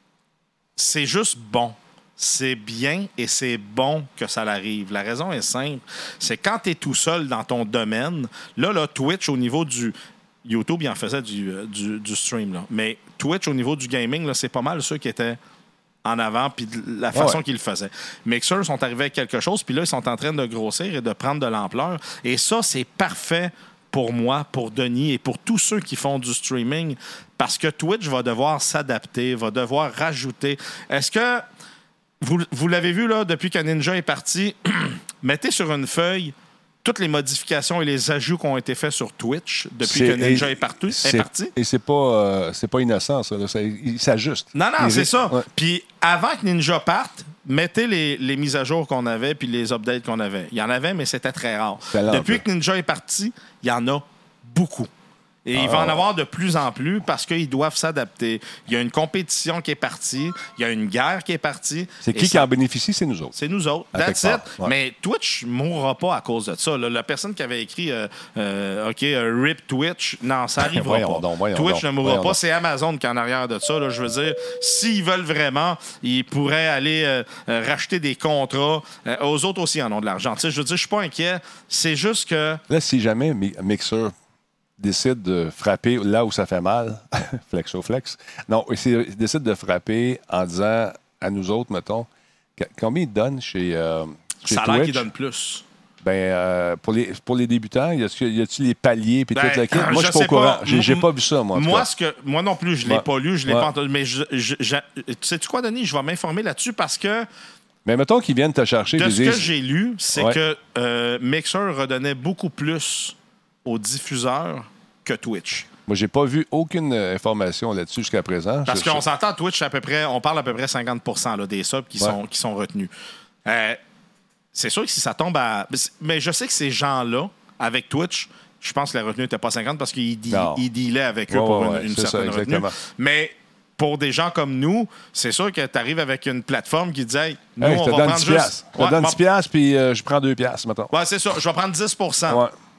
c'est juste bon. C'est bien et c'est bon que ça l'arrive. La raison est simple. C'est quand tu es tout seul dans ton domaine, là, là, Twitch, au niveau du... YouTube, il en faisait du, euh, du, du stream, là. Mais Twitch, au niveau du gaming, là, c'est pas mal ceux qui étaient en avant, puis de la façon Ouais. qu'ils le faisaient. Mixer sont arrivés avec quelque chose, puis là, ils sont en train de grossir et de prendre de l'ampleur. Et ça, c'est parfait pour moi, pour Denis et pour tous ceux qui font du streaming, parce que Twitch va devoir s'adapter, va devoir rajouter. Est-ce que vous, vous l'avez vu, là, depuis que Ninja est parti, mettez sur une feuille toutes les modifications et les ajouts qui ont été faits sur Twitch depuis C'est- que Ninja et- est, parti, est c'est- parti. Et c'est pas, euh, c'est pas innocent, ça. Là. Ça- il s'ajuste. Non, non, Il c'est rit- ça. Ouais. Puis avant que Ninja parte, mettez les, les mises à jour qu'on avait puis les updates qu'on avait. Il y en avait, mais c'était très rare. C'était lent, Depuis un peu. que Ninja est parti, il y en a beaucoup. Et il va Ah. en avoir de plus en plus parce qu'ils doivent s'adapter. Il y a une compétition qui est partie, il y a une guerre qui est partie. C'est et qui qui ça- en bénéficie? C'est nous autres. C'est nous autres. À That's quelque it. part, ouais. Mais Twitch ne mourra pas à cause de ça. là. La personne qui avait écrit euh, euh, OK, euh, RIP Twitch, non, ça n'arrivera Voyons pas. donc, voyons Twitch donc, ne mourra voyons pas. donc. C'est Amazon qui est en arrière de ça. Là. Je veux dire, s'ils veulent vraiment, ils pourraient aller euh, euh, racheter des contrats. Euh, aux autres aussi en ont de l'argent. Tu sais, je veux dire, je suis pas inquiet. C'est juste que Là, si jamais Mi- Mixer décide de frapper là où ça fait mal, flex au flex, non, il décide de frapper en disant à nous autres, mettons, que- combien il donne chez, euh, chez ça a l'air Twitch? qu'ils donnent plus. Ben, euh, pour, les, pour les débutants, y a-tu y a-tu les paliers puis Ben, toute la kit? Moi, je je suis pas sais au courant. pas. J'ai j'ai M- pas vu ça, moi. en tout Moi, cas. ce que, moi non plus, je ne l'ai Ouais. pas lu, je l'ai Ouais. pas entendu. Mais je, je- je- tu sais-tu quoi, Denis? Je vais m'informer là-dessus parce que Mais mettons qu'ils viennent te chercher de et ce que disent... j'ai lu, c'est Ouais. que euh, Mixer redonnait beaucoup plus aux diffuseurs que Twitch. Moi, j'ai pas vu aucune euh, information là-dessus jusqu'à présent. Parce Je- qu'on je- s'entend, Twitch, à peu près, on parle à peu près cinquante pour cent là, des subs qui, Ouais. sont, qui sont retenus. Euh, c'est sûr que si ça tombe à... Mais je sais que ces gens-là, avec Twitch, je pense que la retenue n'était pas cinquante parce qu'ils deal- Non. ils dealaient avec eux Ouais, pour ouais, une, ouais, une c'est ça, certaine retenue. exactement. Mais pour des gens comme nous, c'est sûr que tu arrives avec une plateforme qui dit hey, nous, Hey, je on te va donne prendre dix juste... piastres. Je te Ouais, donne bon, dix piastres, puis euh, je prends deux piastres, mettons. ouais, c'est ça. Je vais prendre dix pour cent. Ouais.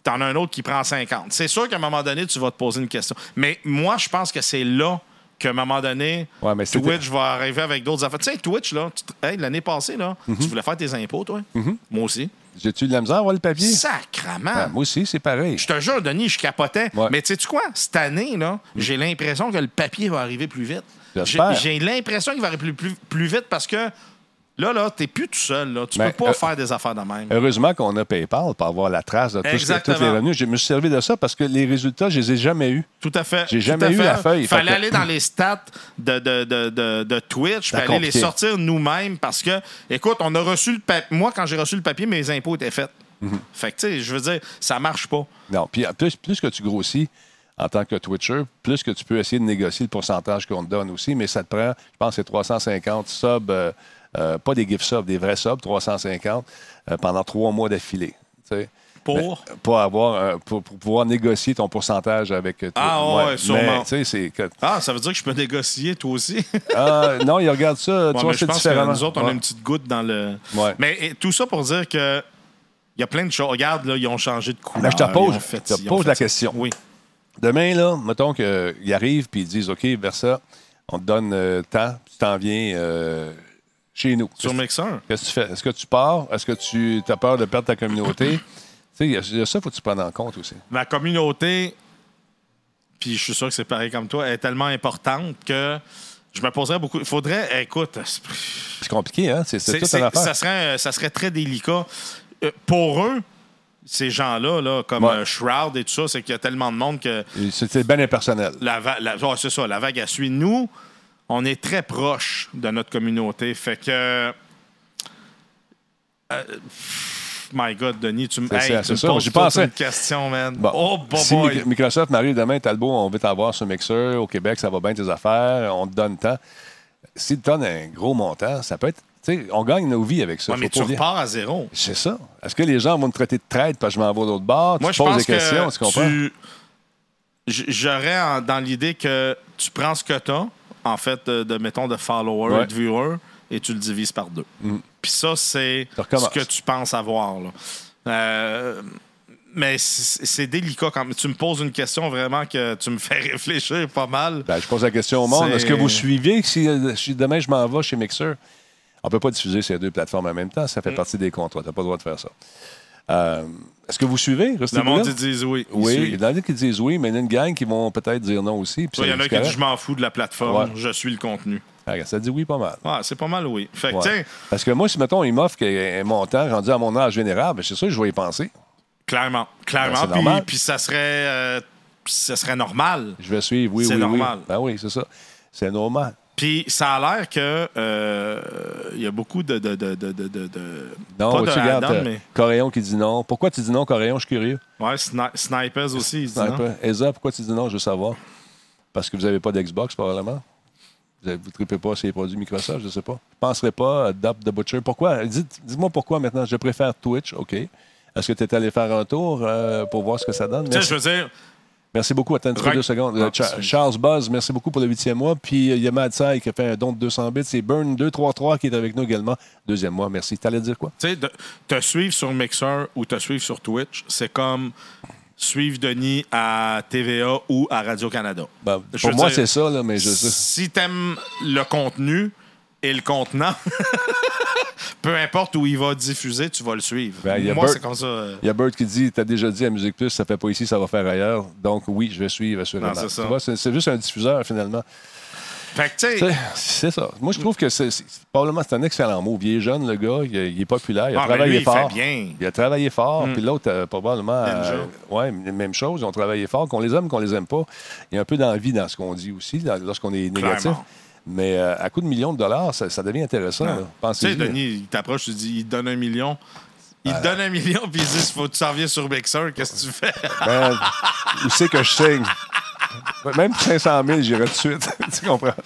t'en as un autre qui prend cinquante. C'est sûr qu'à un moment donné, tu vas te poser une question. Mais moi, je pense que c'est là qu'à un moment donné, ouais, mais Twitch va arriver avec d'autres affaires. Tu sais, Twitch, là, tu, hey, l'année passée, là, mm-hmm. tu voulais faire tes impôts, toi? Mm-hmm. Moi aussi. J'ai-tu de la misère à voir le papier? Sacrement! Ah, moi aussi, c'est pareil. Je te jure, Denis, je capotais. Ouais. Mais tu sais quoi? Cette année, là, mm. j'ai l'impression que le papier va arriver plus vite. J'ai, j'ai l'impression qu'il va arriver plus, plus, plus vite parce que là, là, t'es plus tout seul. Là. Tu ben, peux pas euh, faire des affaires de même. Heureusement qu'on a PayPal pour avoir la trace de tous les revenus. Je me suis servi de ça parce que les résultats, je les ai jamais eus. Tout à fait. J'ai jamais eu la feuille. Il fallait aller dans les stats de, de, de, de, de Twitch, puis aller les sortir nous-mêmes parce que, écoute, on a reçu le papier. Moi, quand j'ai reçu le papier, mes impôts étaient faits. Mm-hmm. Fait que, tu sais, je veux dire, ça marche pas. Non, puis plus, plus que tu grossis en tant que Twitcher, plus que tu peux essayer de négocier le pourcentage qu'on te donne aussi, mais ça te prend, je pense, c'est trois cent cinquante subs. Euh, Euh, pas des gift subs, des vrais subs, trois cent cinquante, euh, pendant trois mois d'affilée. Pour? Mais, pour, avoir, euh, pour, pour pouvoir négocier ton pourcentage avec toi. Ah, ouais, ouais sûrement. Mais, c'est que... Ah, ça veut dire que je peux négocier, toi aussi? euh, non, il regarde ça. Ouais, tu vois, je c'est pense différemment. que nous autres, on ouais. a une petite goutte dans le. Ouais. Mais et, tout ça pour dire que il y a plein de choses. Regarde, là, ils ont changé de couleur. Mais je te pose, fait, je te pose la question. Oui. Demain, là, mettons qu'ils arrivent et ils disent OK, Versa, on te donne euh, tant, tu t'en viens. Euh, chez nous. Sur Mixer. Qu'est-ce que tu fais? Est-ce que tu pars? Est-ce que tu as peur de perdre ta communauté? Tu sais, il y a ça, il faut que tu prennes en compte aussi. Ma communauté, puis je suis sûr que c'est pareil comme toi, est tellement importante que je me poserais beaucoup. Il faudrait, écoute. C'est compliqué, hein? C'est, c'est, c'est toute une affaire. Ça serait, ça serait très délicat. Euh, pour eux, ces gens-là, là, comme ouais. euh, Shroud et tout ça, c'est qu'il y a tellement de monde que. C'est, c'est bien impersonnel. La, la, ouais, c'est ça, la vague à suivre. Nous, on est très proche de notre communauté. Fait que. Euh, my God, Denis, tu me c'est, hey, c'est, tu c'est me poses j'ai pensé une question, man. Bon, oh, boy, si boy. Microsoft m'arrive demain, Talbot, on veut t'avoir sur Mixer, au Québec, ça va bien tes affaires, on te donne tant. Si tu donnes un gros montant, ça peut être. Tu sais, on gagne nos vies avec ça. Ouais, mais tu repars à zéro. C'est ça. Est-ce que les gens vont me traiter de traître parce que je m'en vais de l'autre bord? Moi, tu je poses pense des questions, tu comprends? Tu... J'aurais en, dans l'idée que tu prends ce que tu as, en fait, de, de mettons, de followers, ouais. de viewers, et tu le divises par deux. Mm. Puis ça, c'est ce que tu penses avoir. Là. Euh, mais c'est, c'est délicat quand tu me poses une question vraiment que tu me fais réfléchir pas mal. Ben, je pose la question au monde. C'est... Est-ce que vous suivez si, si demain je m'en vais chez Mixer? On ne peut pas diffuser ces deux plateformes en même temps. Ça fait mm. partie des contrats. Tu n'as pas le droit de faire ça. Euh, est-ce que vous suivez? Le monde qui disent oui. Oui, il y en a qui disent oui, mais il y en a une gang qui vont peut-être dire non aussi. Il y en a qui disent je m'en fous de la plateforme, ouais. je suis le contenu. Ah, ça dit oui pas mal. Ouais, c'est pas mal oui. Fait que, ouais. tiens, parce que moi, si mettons, il m'offre un montant rendu à mon âge général, c'est sûr que je vais y penser. Clairement. Clairement. Ben, puis ça serait, euh, ça serait normal. Je vais suivre, oui, c'est oui. C'est normal. Oui. Ben oui, c'est ça. C'est normal. Puis ça a l'air que euh, il y a beaucoup de... de, de, de, de, de non, pas de tu regardes, add-on, mais... Coréon qui dit non. Pourquoi tu dis non, Coréon? Je suis curieux. Ouais, sni- Snipers aussi, il dit non. Eza, pourquoi tu dis non? Je veux savoir. Parce que vous n'avez pas d'Xbox, probablement. Vous ne tripez pas sur les produits Microsoft, je ne sais pas. Je ne penserais pas à Dap the Butcher. Pourquoi? Dis, dis-moi pourquoi maintenant. Je préfère Twitch, OK. Est-ce que tu es allé faire un tour euh, pour voir ce que ça donne? Tu sais, je veux dire... Merci beaucoup. Attends Re- deux secondes. Ah, Ch- Charles Buzz, merci beaucoup pour le huitième mois. Puis il y a Mad Sai qui a fait un don de deux cents bits. C'est Burn deux trois trois qui est avec nous également. Deuxième mois. Merci. Tu allais dire quoi? Tu sais, de, te suivre sur Mixer ou te suivre sur Twitch, c'est comme suivre Denis à T V A ou à Radio-Canada. Ben, pour moi, dire, c'est ça. Là, mais je sais. Si t'aimes le contenu et le contenant... Peu importe où il va diffuser, tu vas le suivre. Ben, Moi, Bert, c'est comme ça. Euh... Il y a Bert qui dit, tu as déjà dit à Musique Plus, ça fait pas ici, ça va faire ailleurs. Donc oui, je vais suivre assurément. Non, c'est, ça. Tu vois, c'est, c'est juste un diffuseur finalement. Fait que, tu sais... C'est ça. Moi, je trouve que c'est, c'est, probablement c'est un excellent mot. Il est jeune, le gars, il, il est populaire, il a ah, travaillé lui, fort. Il fait bien. Il a travaillé fort, mm. Puis l'autre, euh, probablement... Euh, ouais, même chose, ils ont travaillé fort. Qu'on les aime, qu'on les aime pas, il y a un peu d'envie dans ce qu'on dit aussi, lorsqu'on est négatif. Clairement. Mais euh, à coup de millions de dollars, ça, ça devient intéressant. Tu sais, Denis, il t'approche, tu dis, il te donne un million. Il te euh... donne un million, puis il dit, faut que tu s'en reviens sur Mixer, qu'est-ce que tu fais? Ben, où c'est que je signe? Même cinq cent mille, j'irai tout de suite. Tu comprends?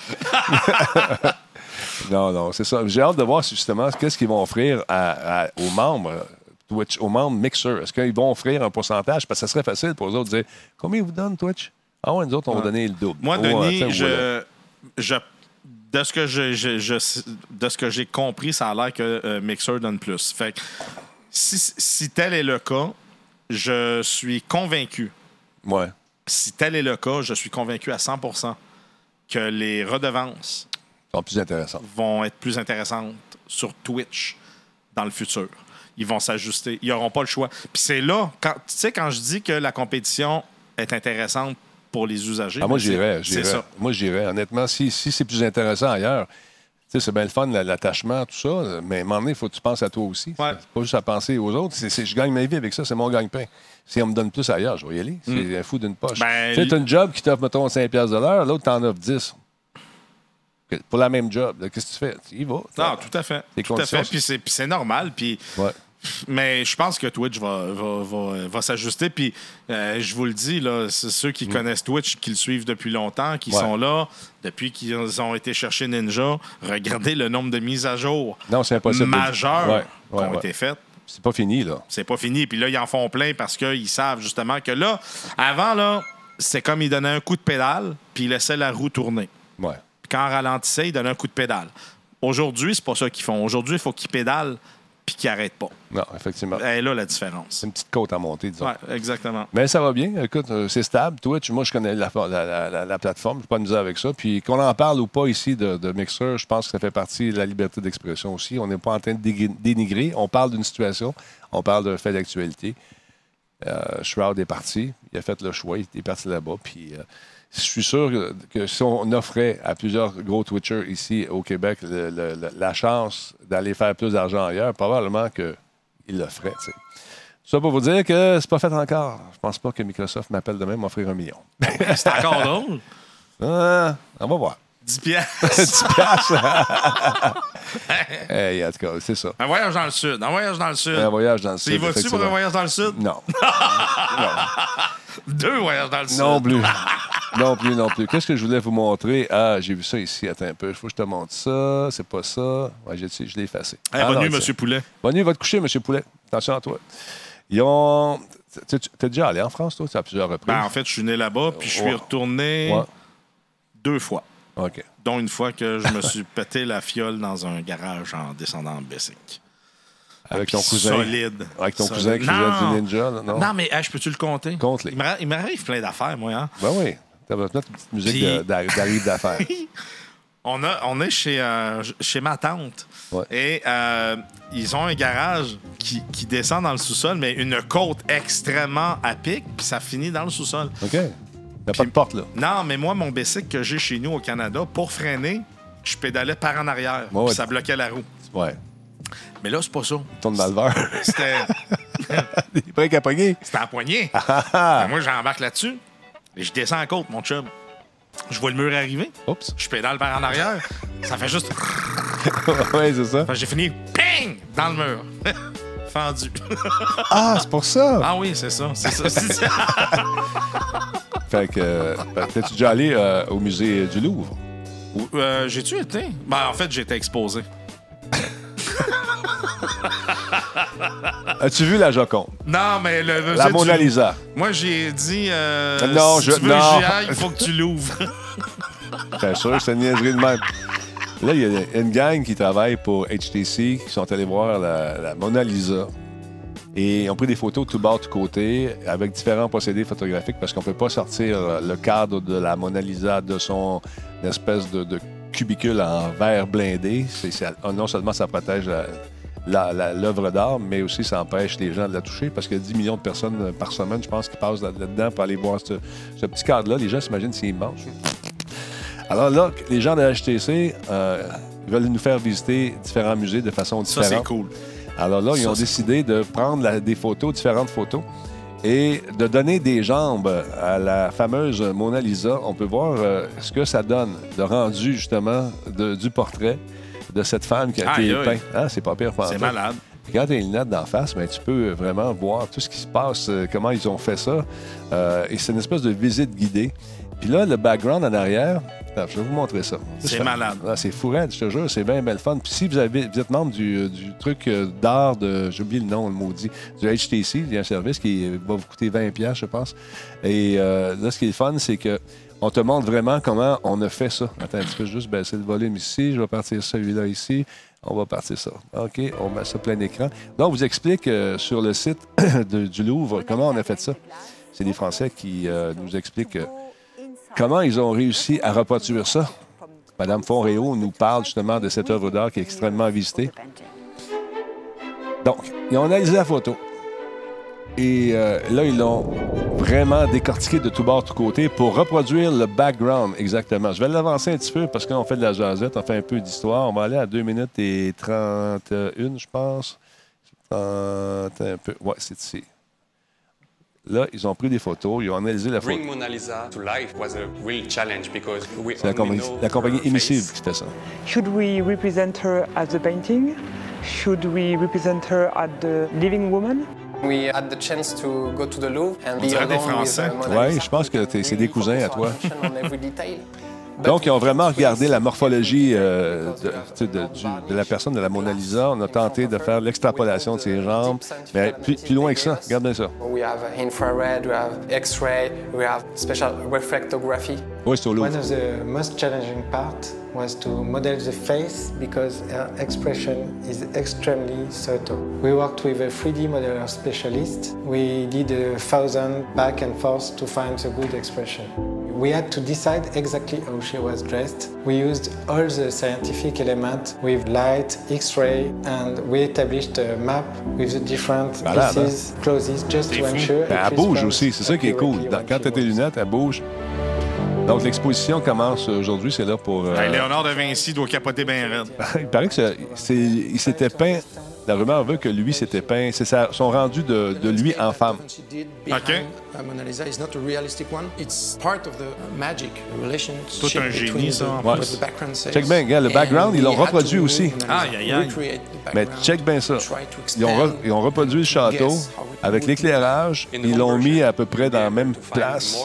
non, non, c'est ça. J'ai hâte de voir justement qu'est-ce qu'ils vont offrir à, à, aux membres Twitch, aux membres Mixer. Est-ce qu'ils vont offrir un pourcentage? Parce que ça serait facile pour eux autres de dire, combien ils vous donnent Twitch? Ah ouais, nous autres, on va donner le double. Moi, oh, Denis, attends, je... Voilà. je De ce que je, je, je, de ce que j'ai compris, ça a l'air que euh, Mixer donne plus. Fait que si, si tel est le cas, je suis convaincu, ouais. si tel est le cas, je suis convaincu à cent pour cent que les redevances sont plus intéressantes. vont être plus intéressantes sur Twitch dans le futur. Ils vont s'ajuster. Ils n'auront pas le choix. Puis c'est là, quand, tu sais, quand je dis que la compétition est intéressante pour les usagers. Ah, moi, c'est, j'irais. c'est j'irais. ça. Moi, j'irais. Honnêtement, si, si c'est plus intéressant ailleurs, tu sais, c'est bien le fun, l'attachement, tout ça, mais à un moment donné, il faut que tu penses à toi aussi. Ouais. C'est pas juste à penser aux autres. C'est, c'est, je gagne ma vie avec ça, c'est mon gagne-pain. Si on me donne plus ailleurs, je vais y aller. C'est Mm. un fou d'une poche. Ben, tu sais, tu as une job qui t'offre, mettons, cinq piastres de l'heure, l'autre t'en offre dix. Pour la même job. Là, qu'est-ce que tu fais? Tu y vas. Non, tout à fait. Les Tout à fait. conditions, Puis c'est, puis c'est normal. Puis... Ouais. Mais je pense que Twitch va, va, va, va s'ajuster. Puis euh, je vous le dis, là, c'est ceux qui mm. connaissent Twitch, qui le suivent depuis longtemps, qui ouais. sont là, depuis qu'ils ont été chercher Ninja, regardez le nombre de mises à jour non, c'est impossible majeures de... ouais, qui ouais, ont ouais. été faites. C'est pas fini, là. C'est pas fini. Puis là, ils en font plein parce qu'ils savent justement que là, avant, là, c'est comme ils donnaient un coup de pédale, puis ils laissaient la roue tourner. Ouais. Puis quand on ralentissait, ils donnaient un coup de pédale. Aujourd'hui, c'est pas ça qu'ils font. Aujourd'hui, il faut qu'ils pédalent puis qu'ils n'arrêtent pas. Non, effectivement. Et là, la différence. C'est une petite côte à monter, disons. Oui, exactement. Mais ça va bien. Écoute, c'est stable. Twitch, moi, je connais la, la, la, la plateforme. Je n'ai pas de misère avec ça. Puis qu'on en parle ou pas ici de, de Mixer, je pense que ça fait partie de la liberté d'expression aussi. On n'est pas en train de dénigrer. On parle d'une situation. On parle d'un fait d'actualité. Euh, Shroud est parti. Il a fait le choix. Il est parti là-bas. Puis euh, je suis sûr que, que si on offrait à plusieurs gros Twitchers ici au Québec le, le, le, la chance d'aller faire plus d'argent ailleurs, probablement qu'ils le feraient. T'sais. Tout ça pour vous dire que c'est pas fait encore. Je pense pas que Microsoft m'appelle demain m'offrir un million. C'est encore drôle. Ah, on va voir. dix piastres. dix piastres. Hey, en tout cas, c'est ça. Un voyage dans le sud. Un voyage dans le sud. Un voyage dans le sud. Il va-tu pour un voyage dans le sud? Non. non. Deux voyages dans le sud. Non plus. Non plus, non plus. Qu'est-ce que je voulais vous montrer? Ah, j'ai vu ça ici. Attends un peu. Il faut que je te montre ça. C'est pas ça. Ouais, je, je l'ai effacé. Hey, ah, bonne non, nuit, M. Poulet. Bonne nuit, va te coucher, M. Poulet. Attention à toi. Ils ont... Tu es déjà allé en France, toi? À plusieurs reprises? Ben, en fait, je suis né là-bas, puis je suis ouais. retourné ouais. deux fois. OK. Dont une fois que je me suis pété la fiole dans un garage en descendant en bicycle. Avec ton cousin. Solide. Avec ton solide. cousin qui jouait du ninja. Non, non mais hey, je peux-tu le compter? Compte-les. Il m'arrive plein d'affaires, moi. Hein? Ben oui. T'as notre petite musique Puis... de, d'arrive d'affaires. on, a, on est chez, euh, chez ma tante. Ouais. Et euh, ils ont un garage qui, qui descend dans le sous-sol, mais une côte extrêmement à pic, puis ça finit dans le sous-sol. OK. T'as pas de porte, là? Non, mais moi, mon bicycle que j'ai chez nous au Canada, pour freiner, je pédalais par en arrière. Ouais, ouais. Ça bloquait la roue. Ouais. Mais là, c'est pas ça. Tourne dans le verre. C'était. Des breaks à poignée. C'était à poignée. Ah, moi, j'embarque là-dessus. Et je descends en côte, mon chum. Je vois le mur arriver. Oups. Je pédale par en arrière. Ça fait juste. Oui, c'est ça. Fait que j'ai fini. Ping! Dans le mur. Fendu. Ah, c'est pour ça. Ah oui, c'est ça. C'est ça. C'est ça. Fait que. Euh, t'es-tu déjà allé euh, au musée du Louvre? Euh, j'ai-tu été? Ben, en fait, j'ai été exposé. As-tu vu la Joconde? Non, mais le musée La Mona du... Lisa. Moi, j'ai dit, euh, non, si je... tu veux non. que j'y aille, il faut que tu l'ouvres. Bien sûr, c'est une niaiserie de même. Là, il y a une gang qui travaille pour H T C qui sont allés voir la, la Mona Lisa et ils ont pris des photos tout bas, tout côté, avec différents procédés photographiques parce qu'on ne peut pas sortir le cadre de la Mona Lisa de son espèce de, de cubicule en verre blindé. C'est, c'est, non seulement ça protège la, la, la, l'œuvre d'art, mais aussi ça empêche les gens de la toucher parce qu'il y a dix millions de personnes par semaine, je pense, qui passent là-dedans pour aller voir ce, ce petit cadre-là. Les gens s'imaginent c'est immense. Alors là, les gens de H T C euh, veulent nous faire visiter différents musées de façon différente. Ça, c'est cool. Alors là, ils ça, ont décidé cool. de prendre la, des photos, différentes photos, et de donner des jambes à la fameuse Mona Lisa. On peut voir euh, ce que ça donne, le rendu, justement, de, du portrait de cette femme qui a été peinte. Ah, c'est pas pire. C'est malade. Puis quand tu as une lunettes d'en face, ben, tu peux vraiment voir tout ce qui se passe, euh, comment ils ont fait ça. Euh, et c'est une espèce de visite guidée. Puis là, le background en arrière, attends, je vais vous montrer ça. C'est ça, malade. Là, c'est fourette, je te jure, c'est bien, bien le fun. Puis si vous, avez, vous êtes membre du, du truc d'art de, j'ai oublié le nom, le maudit, du H T C, il y a un service qui va vous coûter vingt dollars, je pense. Et euh, là, ce qui est le fun, c'est que On te montre vraiment comment on a fait ça. Attends un petit peu, juste baisser le volume ici. Je vais partir celui-là ici. On va partir ça. OK, on met ça plein écran. Donc, on vous explique euh, sur le site de, du Louvre comment on a fait ça. C'est des Français qui euh, nous expliquent euh, comment ils ont réussi à reproduire ça. Madame Fonréau nous parle justement de cette œuvre d'art qui est extrêmement visitée. Donc, ils ont analysé la photo. Et euh, là, ils l'ont vraiment décortiqué de tout bord, de tout côté pour reproduire le background exactement. Je vais l'avancer un petit peu parce qu'on fait de la jasette, on fait un peu d'histoire. On va aller à deux minutes et trente et une, je pense. trente un peu. Ouais, c'est ici. Là, ils ont pris des photos, ils ont analysé la photo. Bring Mona Lisa to life was a real challenge because we C'est la compagnie, la compagnie Émissive qui fait ça. Should we represent her as the painting? Should we represent her as the living woman? We had the chance to go to the Louvre and On dirait des Français. Oui, je pense que c'est des cousins à toi. Donc, ils ont vraiment regardé la morphologie euh, de, de, du, de la personne de la Mona Lisa. On a tenté de faire l'extrapolation de ses jambes. Mais plus, plus loin que ça, regarde bien ça. We have infrared, we have X-ray, we have special reflectography. Oui, c'est au Louvre. One of the most challenging parts was to model the face because her expression is extremely subtle. We worked with a three D modeler specialist. We did a thousand back and forth to find the good expression. We had to decide exactly how she was dressed. We used all the scientific elements with light, X-ray, and we established a map with the different Malade, pieces, hein? clothes, just to ensure. Ben, elle bouge aussi, c'est ça qui est cool. Dans, quand tu as tes lunettes, elle bouge. Donc, l'exposition commence aujourd'hui, c'est là pour... Euh... Hey, Léonard de Vinci doit capoter bien raide. Il paraît que c'est, c'est, il s'était peint... La rumeur veut que lui s'était peint... C'est ça, son rendu de, de lui en femme. OK. Mona Lisa is not a realistic one. It's part of the magic relationship. Tout un génie, ça. Ouais. Check bien, regarde, le background, ils l'ont reproduit aussi. Aïe, aïe, aïe. Mais check bien ça. Ils ont, re, ils ont reproduit le château avec l'éclairage. Ils l'ont mis à peu près dans la même place.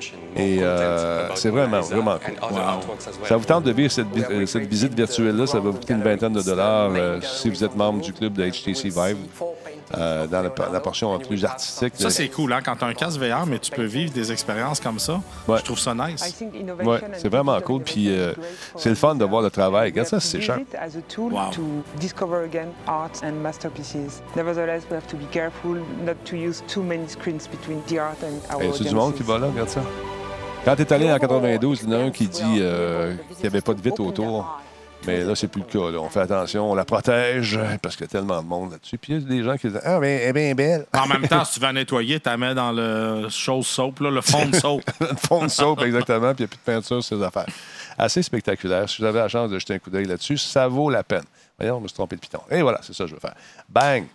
Et euh, c'est vraiment, vraiment cool. Wow. Ça vous tente de vivre cette, euh, cette visite virtuelle-là, ça va vous coûter une vingtaine de dollars euh, si vous êtes membre du club de H T C Vive. Euh, dans la, la portion plus artistique. Ça, c'est cool, hein? Quand tu as un casque V R, mais tu peux vivre des expériences comme ça. Ouais. Je trouve ça nice. Oui, c'est vraiment cool. Puis euh, c'est le fun de voir le travail. Regarde ça, c'est cher. Wow. To discover again art and masterpieces. Nevertheless, we have to be careful not to use too many screens between the art and our audiences. C'est du monde qui va là, regarde ça. Quand tu es allé en quatre-vingt-douze, il y en a un qui dit euh, qu'il n'y avait pas de vitre autour. Mais là, c'est plus le cas. Là. On fait attention, on la protège parce qu'il y a tellement de monde là-dessus. Puis il y a des gens qui disent « Ah, mais elle est bien belle. » En même temps, si tu vas nettoyer, tu la mets dans le chose soap, là, le fond de soap. Le fond de soap, exactement. Puis il n'y a plus de peinture sur ces affaires. Assez spectaculaire. Si vous avez la chance de jeter un coup d'œil là-dessus, ça vaut la peine. Voyons, on me suis trompé de piton. Et voilà, c'est ça que je veux faire. Bang!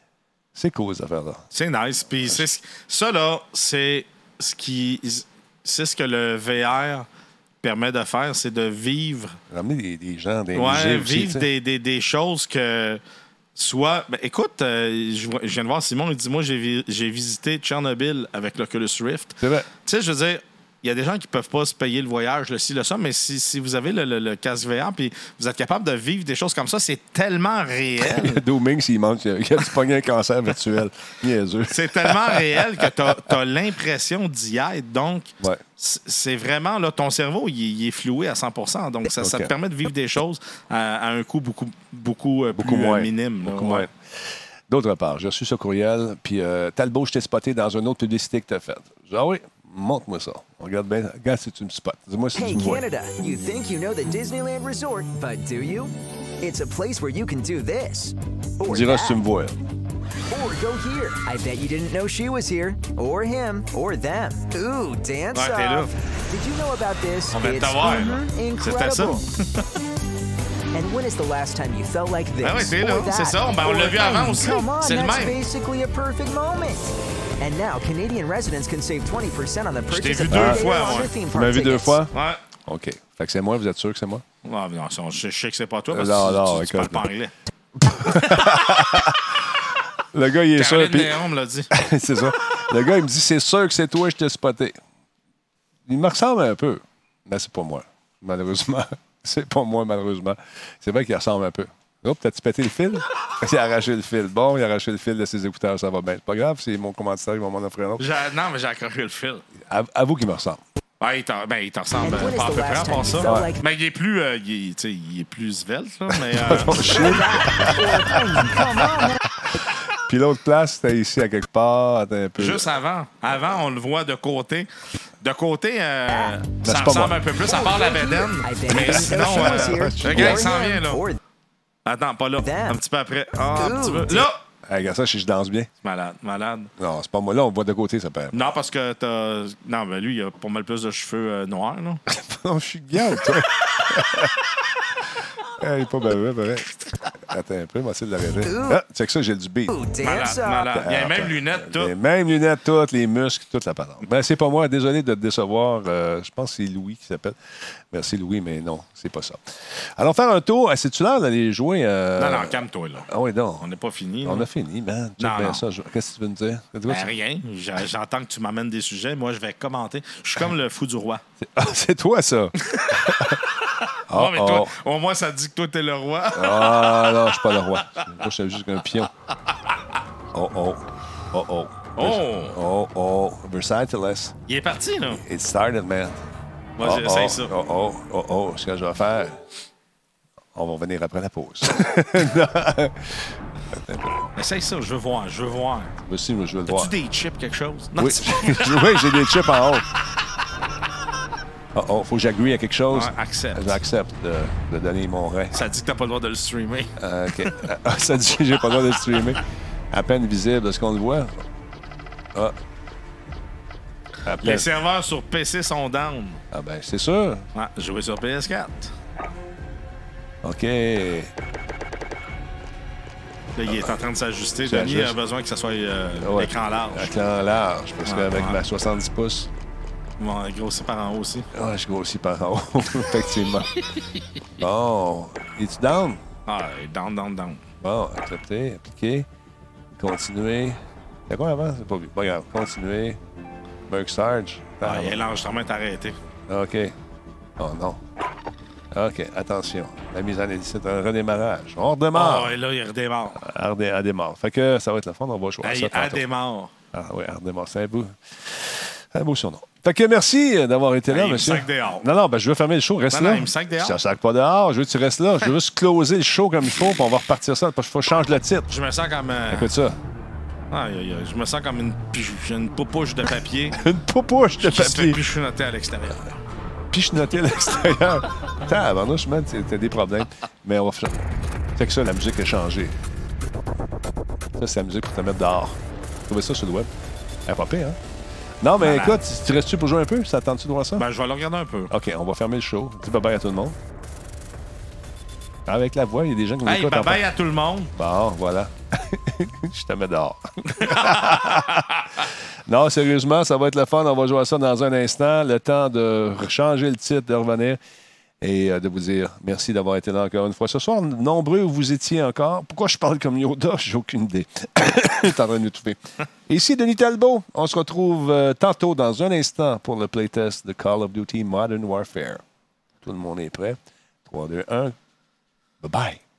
C'est cool, cette affaire-là. C'est nice. Puis c'est, ça, là, c'est ce qui... C'est ce que le V R... permet de faire, c'est de vivre... Ramener des, des gens, des ouais, vivre aussi, des, des, des choses que... Soit... Ben, écoute, euh, je, je viens de voir Simon, il dit, moi, j'ai, vi- j'ai visité Tchernobyl avec l'Oculus Rift. C'est vrai. Tu sais, je veux dire, il y a des gens qui ne peuvent pas se payer le voyage, le ci, le ça, mais si, si vous avez le, le, le casque V R puis vous êtes capable de vivre des choses comme ça, c'est tellement réel. Dooming, s'il manque, il a pogné un cancer virtuel. Niaiseux. C'est tellement réel que tu as l'impression d'y être. Donc, ouais. c'est vraiment, là, ton cerveau, il, il est floué à cent pour cent. Donc, ça, okay. ça te permet de vivre des choses à, à un coût beaucoup, beaucoup, beaucoup plus moins. Euh, minime. Beaucoup là, moins. Ouais. D'autre part, j'ai reçu ce courriel, puis euh, Talbot, je t'ai spoté dans une autre publicité que tu as faite. J'ai dit, ah oui, montre-moi ça. Regarde bien, regarde si tu me spots. Dis-moi si hey, tu me vois. Canada, you think you know the Disneyland Resort, but do you? It's a place where you can do this. Tu me diras si tu me vois. Or go here. I bet you didn't know she was here. Or him. Or them. Ooh, dance ouais, t'es là. Did you know about this? On vient de t'avoir, mm-hmm, c'était ça. And when is the last time you felt like this? Ben oui, c'est là, c'est ça. Ben, on l'a vu avant aussi. C'est le même. Basically a perfect moment. And now, Canadian residents can save twenty percent on the purchase. Je t'ai vu deux fois, ouais. Tu m'as vu deux fois? Ouais. OK. Fait que c'est moi, vous êtes sûr que c'est moi? Non, non, je sais que c'est pas toi parce non, que non, tu, tu, tu parles pas anglais. Le gars, il est Caroline sûr. Puis... Néron me l'a dit. C'est ça. Le gars, il me dit, c'est sûr que c'est toi, je t'ai spoté. Il me ressemble un peu. Mais c'est pas moi, malheureusement. C'est pas moi, malheureusement. C'est vrai qu'il ressemble un peu. Oh, peut-être pété le fil? Il a arraché le fil. Bon, il a arraché le fil de ses écouteurs, ça va bien. C'est pas grave, c'est mon commanditaire, il va m'en offrir un autre. J'ai... Non, mais j'ai accroché le fil. À, avoue qu'il me ressemble. Ah, il t'en ben, il t'en ressemble euh, pas à peu près à part ça. Ouais. Mais il est plus, euh, il est, il est plus svelte, là. Mais, euh... Puis l'autre place, c'était ici à quelque part. Un peu... Juste avant. Avant, on le voit de côté. De côté, euh, ça ressemble moi. un peu plus, à part la bédaine. Mais sinon, euh, le gars, il s'en vient, là. Attends, pas là. Un petit peu après. Ah, un petit peu. Là! Hey, regarde ça, je danse bien. Malade, malade. Non, c'est pas moi. Là, on voit de côté, ça perd. Non, parce que t'as... Non, mais lui, il a pas mal plus de cheveux euh, noirs, là. Non, je suis gars, toi. Il n'est pas mauvais, pareil. Attends un peu, on va essayer de l'arrêter. Ah, c'est que ça, j'ai du beat. Malade, malade. Il y a même lunettes, toutes. Il y a même lunettes, toutes, les muscles, toute la patente. Ben, c'est pas moi. Désolé de te décevoir. Euh, je pense que c'est Louis qui s'appelle. Merci, Louis, mais non, c'est pas ça. Allons faire un tour. C'est-tu l'heure d'aller jouer? Euh... Non, non, calme-toi, là. Ah oui, non. On n'est pas fini. On là. a fini, man. Non, non. Ça. Qu'est-ce que tu veux me dire? Ben, rien. J'entends que tu m'amènes des sujets. Moi, je vais commenter. Je suis comme le fou du roi. Ah, c'est toi, ça. Oh, mais toi, au moins, ça dit que toi, t'es le roi. Ah, non, je suis pas le roi. Moi, je suis juste un pion. Oh, oh. Oh, oh. Oh. Oh, oh. Versatiles. Il est parti, là. It started, man. Moi, oh, j'essaie oh, ça. Oh, oh, oh, oh. Ce que je vais faire, on va venir après la pause. Essaye ça, je veux voir, je veux voir. Moi aussi, moi, je veux le voir. As-tu des chips, quelque chose? Non, oui, oui j'ai des chips en haut. Oh, oh, faut que j'agree à quelque chose. Ouais, accepte. J'accepte de, de donner mon rein. Ça dit que t'as pas le droit de le streamer. Euh, OK. Ah, ça dit que j'ai pas le droit de le streamer. À peine visible. Est-ce qu'on le voit? Ah. À peine. Les serveurs sur P C sont down. Ah ben, c'est sûr. Ouais, jouer sur P S quatre. OK. Là, il est en train de s'ajuster. Denis a besoin que ça soit euh, ouais. écran large. Écran large, parce ouais, qu'avec ouais. ma soixante-dix pouces... Bon, grossi par en haut aussi. Ah, je grossis par en haut, effectivement. Bon. Es-tu down? Ah, down, down, down. Bon, accepter, appliquer, continuer. C'est quoi avant? C'est pas vu. Pas grave. Continuer. Merc Sarge. Ah, il y a l'enregistrement est arrêté. OK. Oh non. OK, attention. La mise en édition, un redémarrage. On redémarre. Ah, oh, et là, il redémarre. Elle redémarre. Fait que ça va être le fun. On va jouer à ça. Elle redémarre. Ah oui, elle redémarre. C'est un beau, un beau surnom. Fait que merci d'avoir été là, hey, monsieur. Il me sac dehors. Non, non, ben, je veux fermer le show. Reste non, là. Non, il me sac dehors. Ça ne sac pas dehors. Je veux que tu restes là. Je veux juste closer le show comme il faut, puis on va repartir ça. Parce qu'il faut que je change le titre. Je me sens comme... Euh... Écoute ça. Ah, je me sens comme une, une poupouche de papier. Une poupouche de qui papier. Qui se fait pichenoter à l'extérieur. Pichenoter à l'extérieur. Tabarnouche, man, t'as des problèmes. Mais on va faire... C'est que ça, la musique a changé. Ça, c'est la musique pour te mettre dehors. Trouvez ça sur le web. Elle est pas pire, hein? Non, mais ah, écoute, tu restes-tu pour jouer un peu? Ça attends-tu de voir ça? Ben, je vais le regarder un peu. OK, on va fermer le show. Dis bye-bye à tout le monde. Avec la voix, il y a des gens qui nous hey, écoutent. Bye bye à tout le monde. Bon, voilà. Je te mets dehors. Non, sérieusement, ça va être le fun. On va jouer à ça dans un instant. Le temps de changer le titre, de revenir et euh, de vous dire merci d'avoir été là encore une fois. Ce soir, nombreux vous étiez encore. Pourquoi je parle comme Yoda? J'ai aucune idée. Je suis en train de m'étouffer. Ici, Denis Talbot. On se retrouve euh, tantôt, dans un instant, pour le playtest de Call of Duty Modern Warfare. Tout le monde est prêt. trois, deux, un. Bye-bye.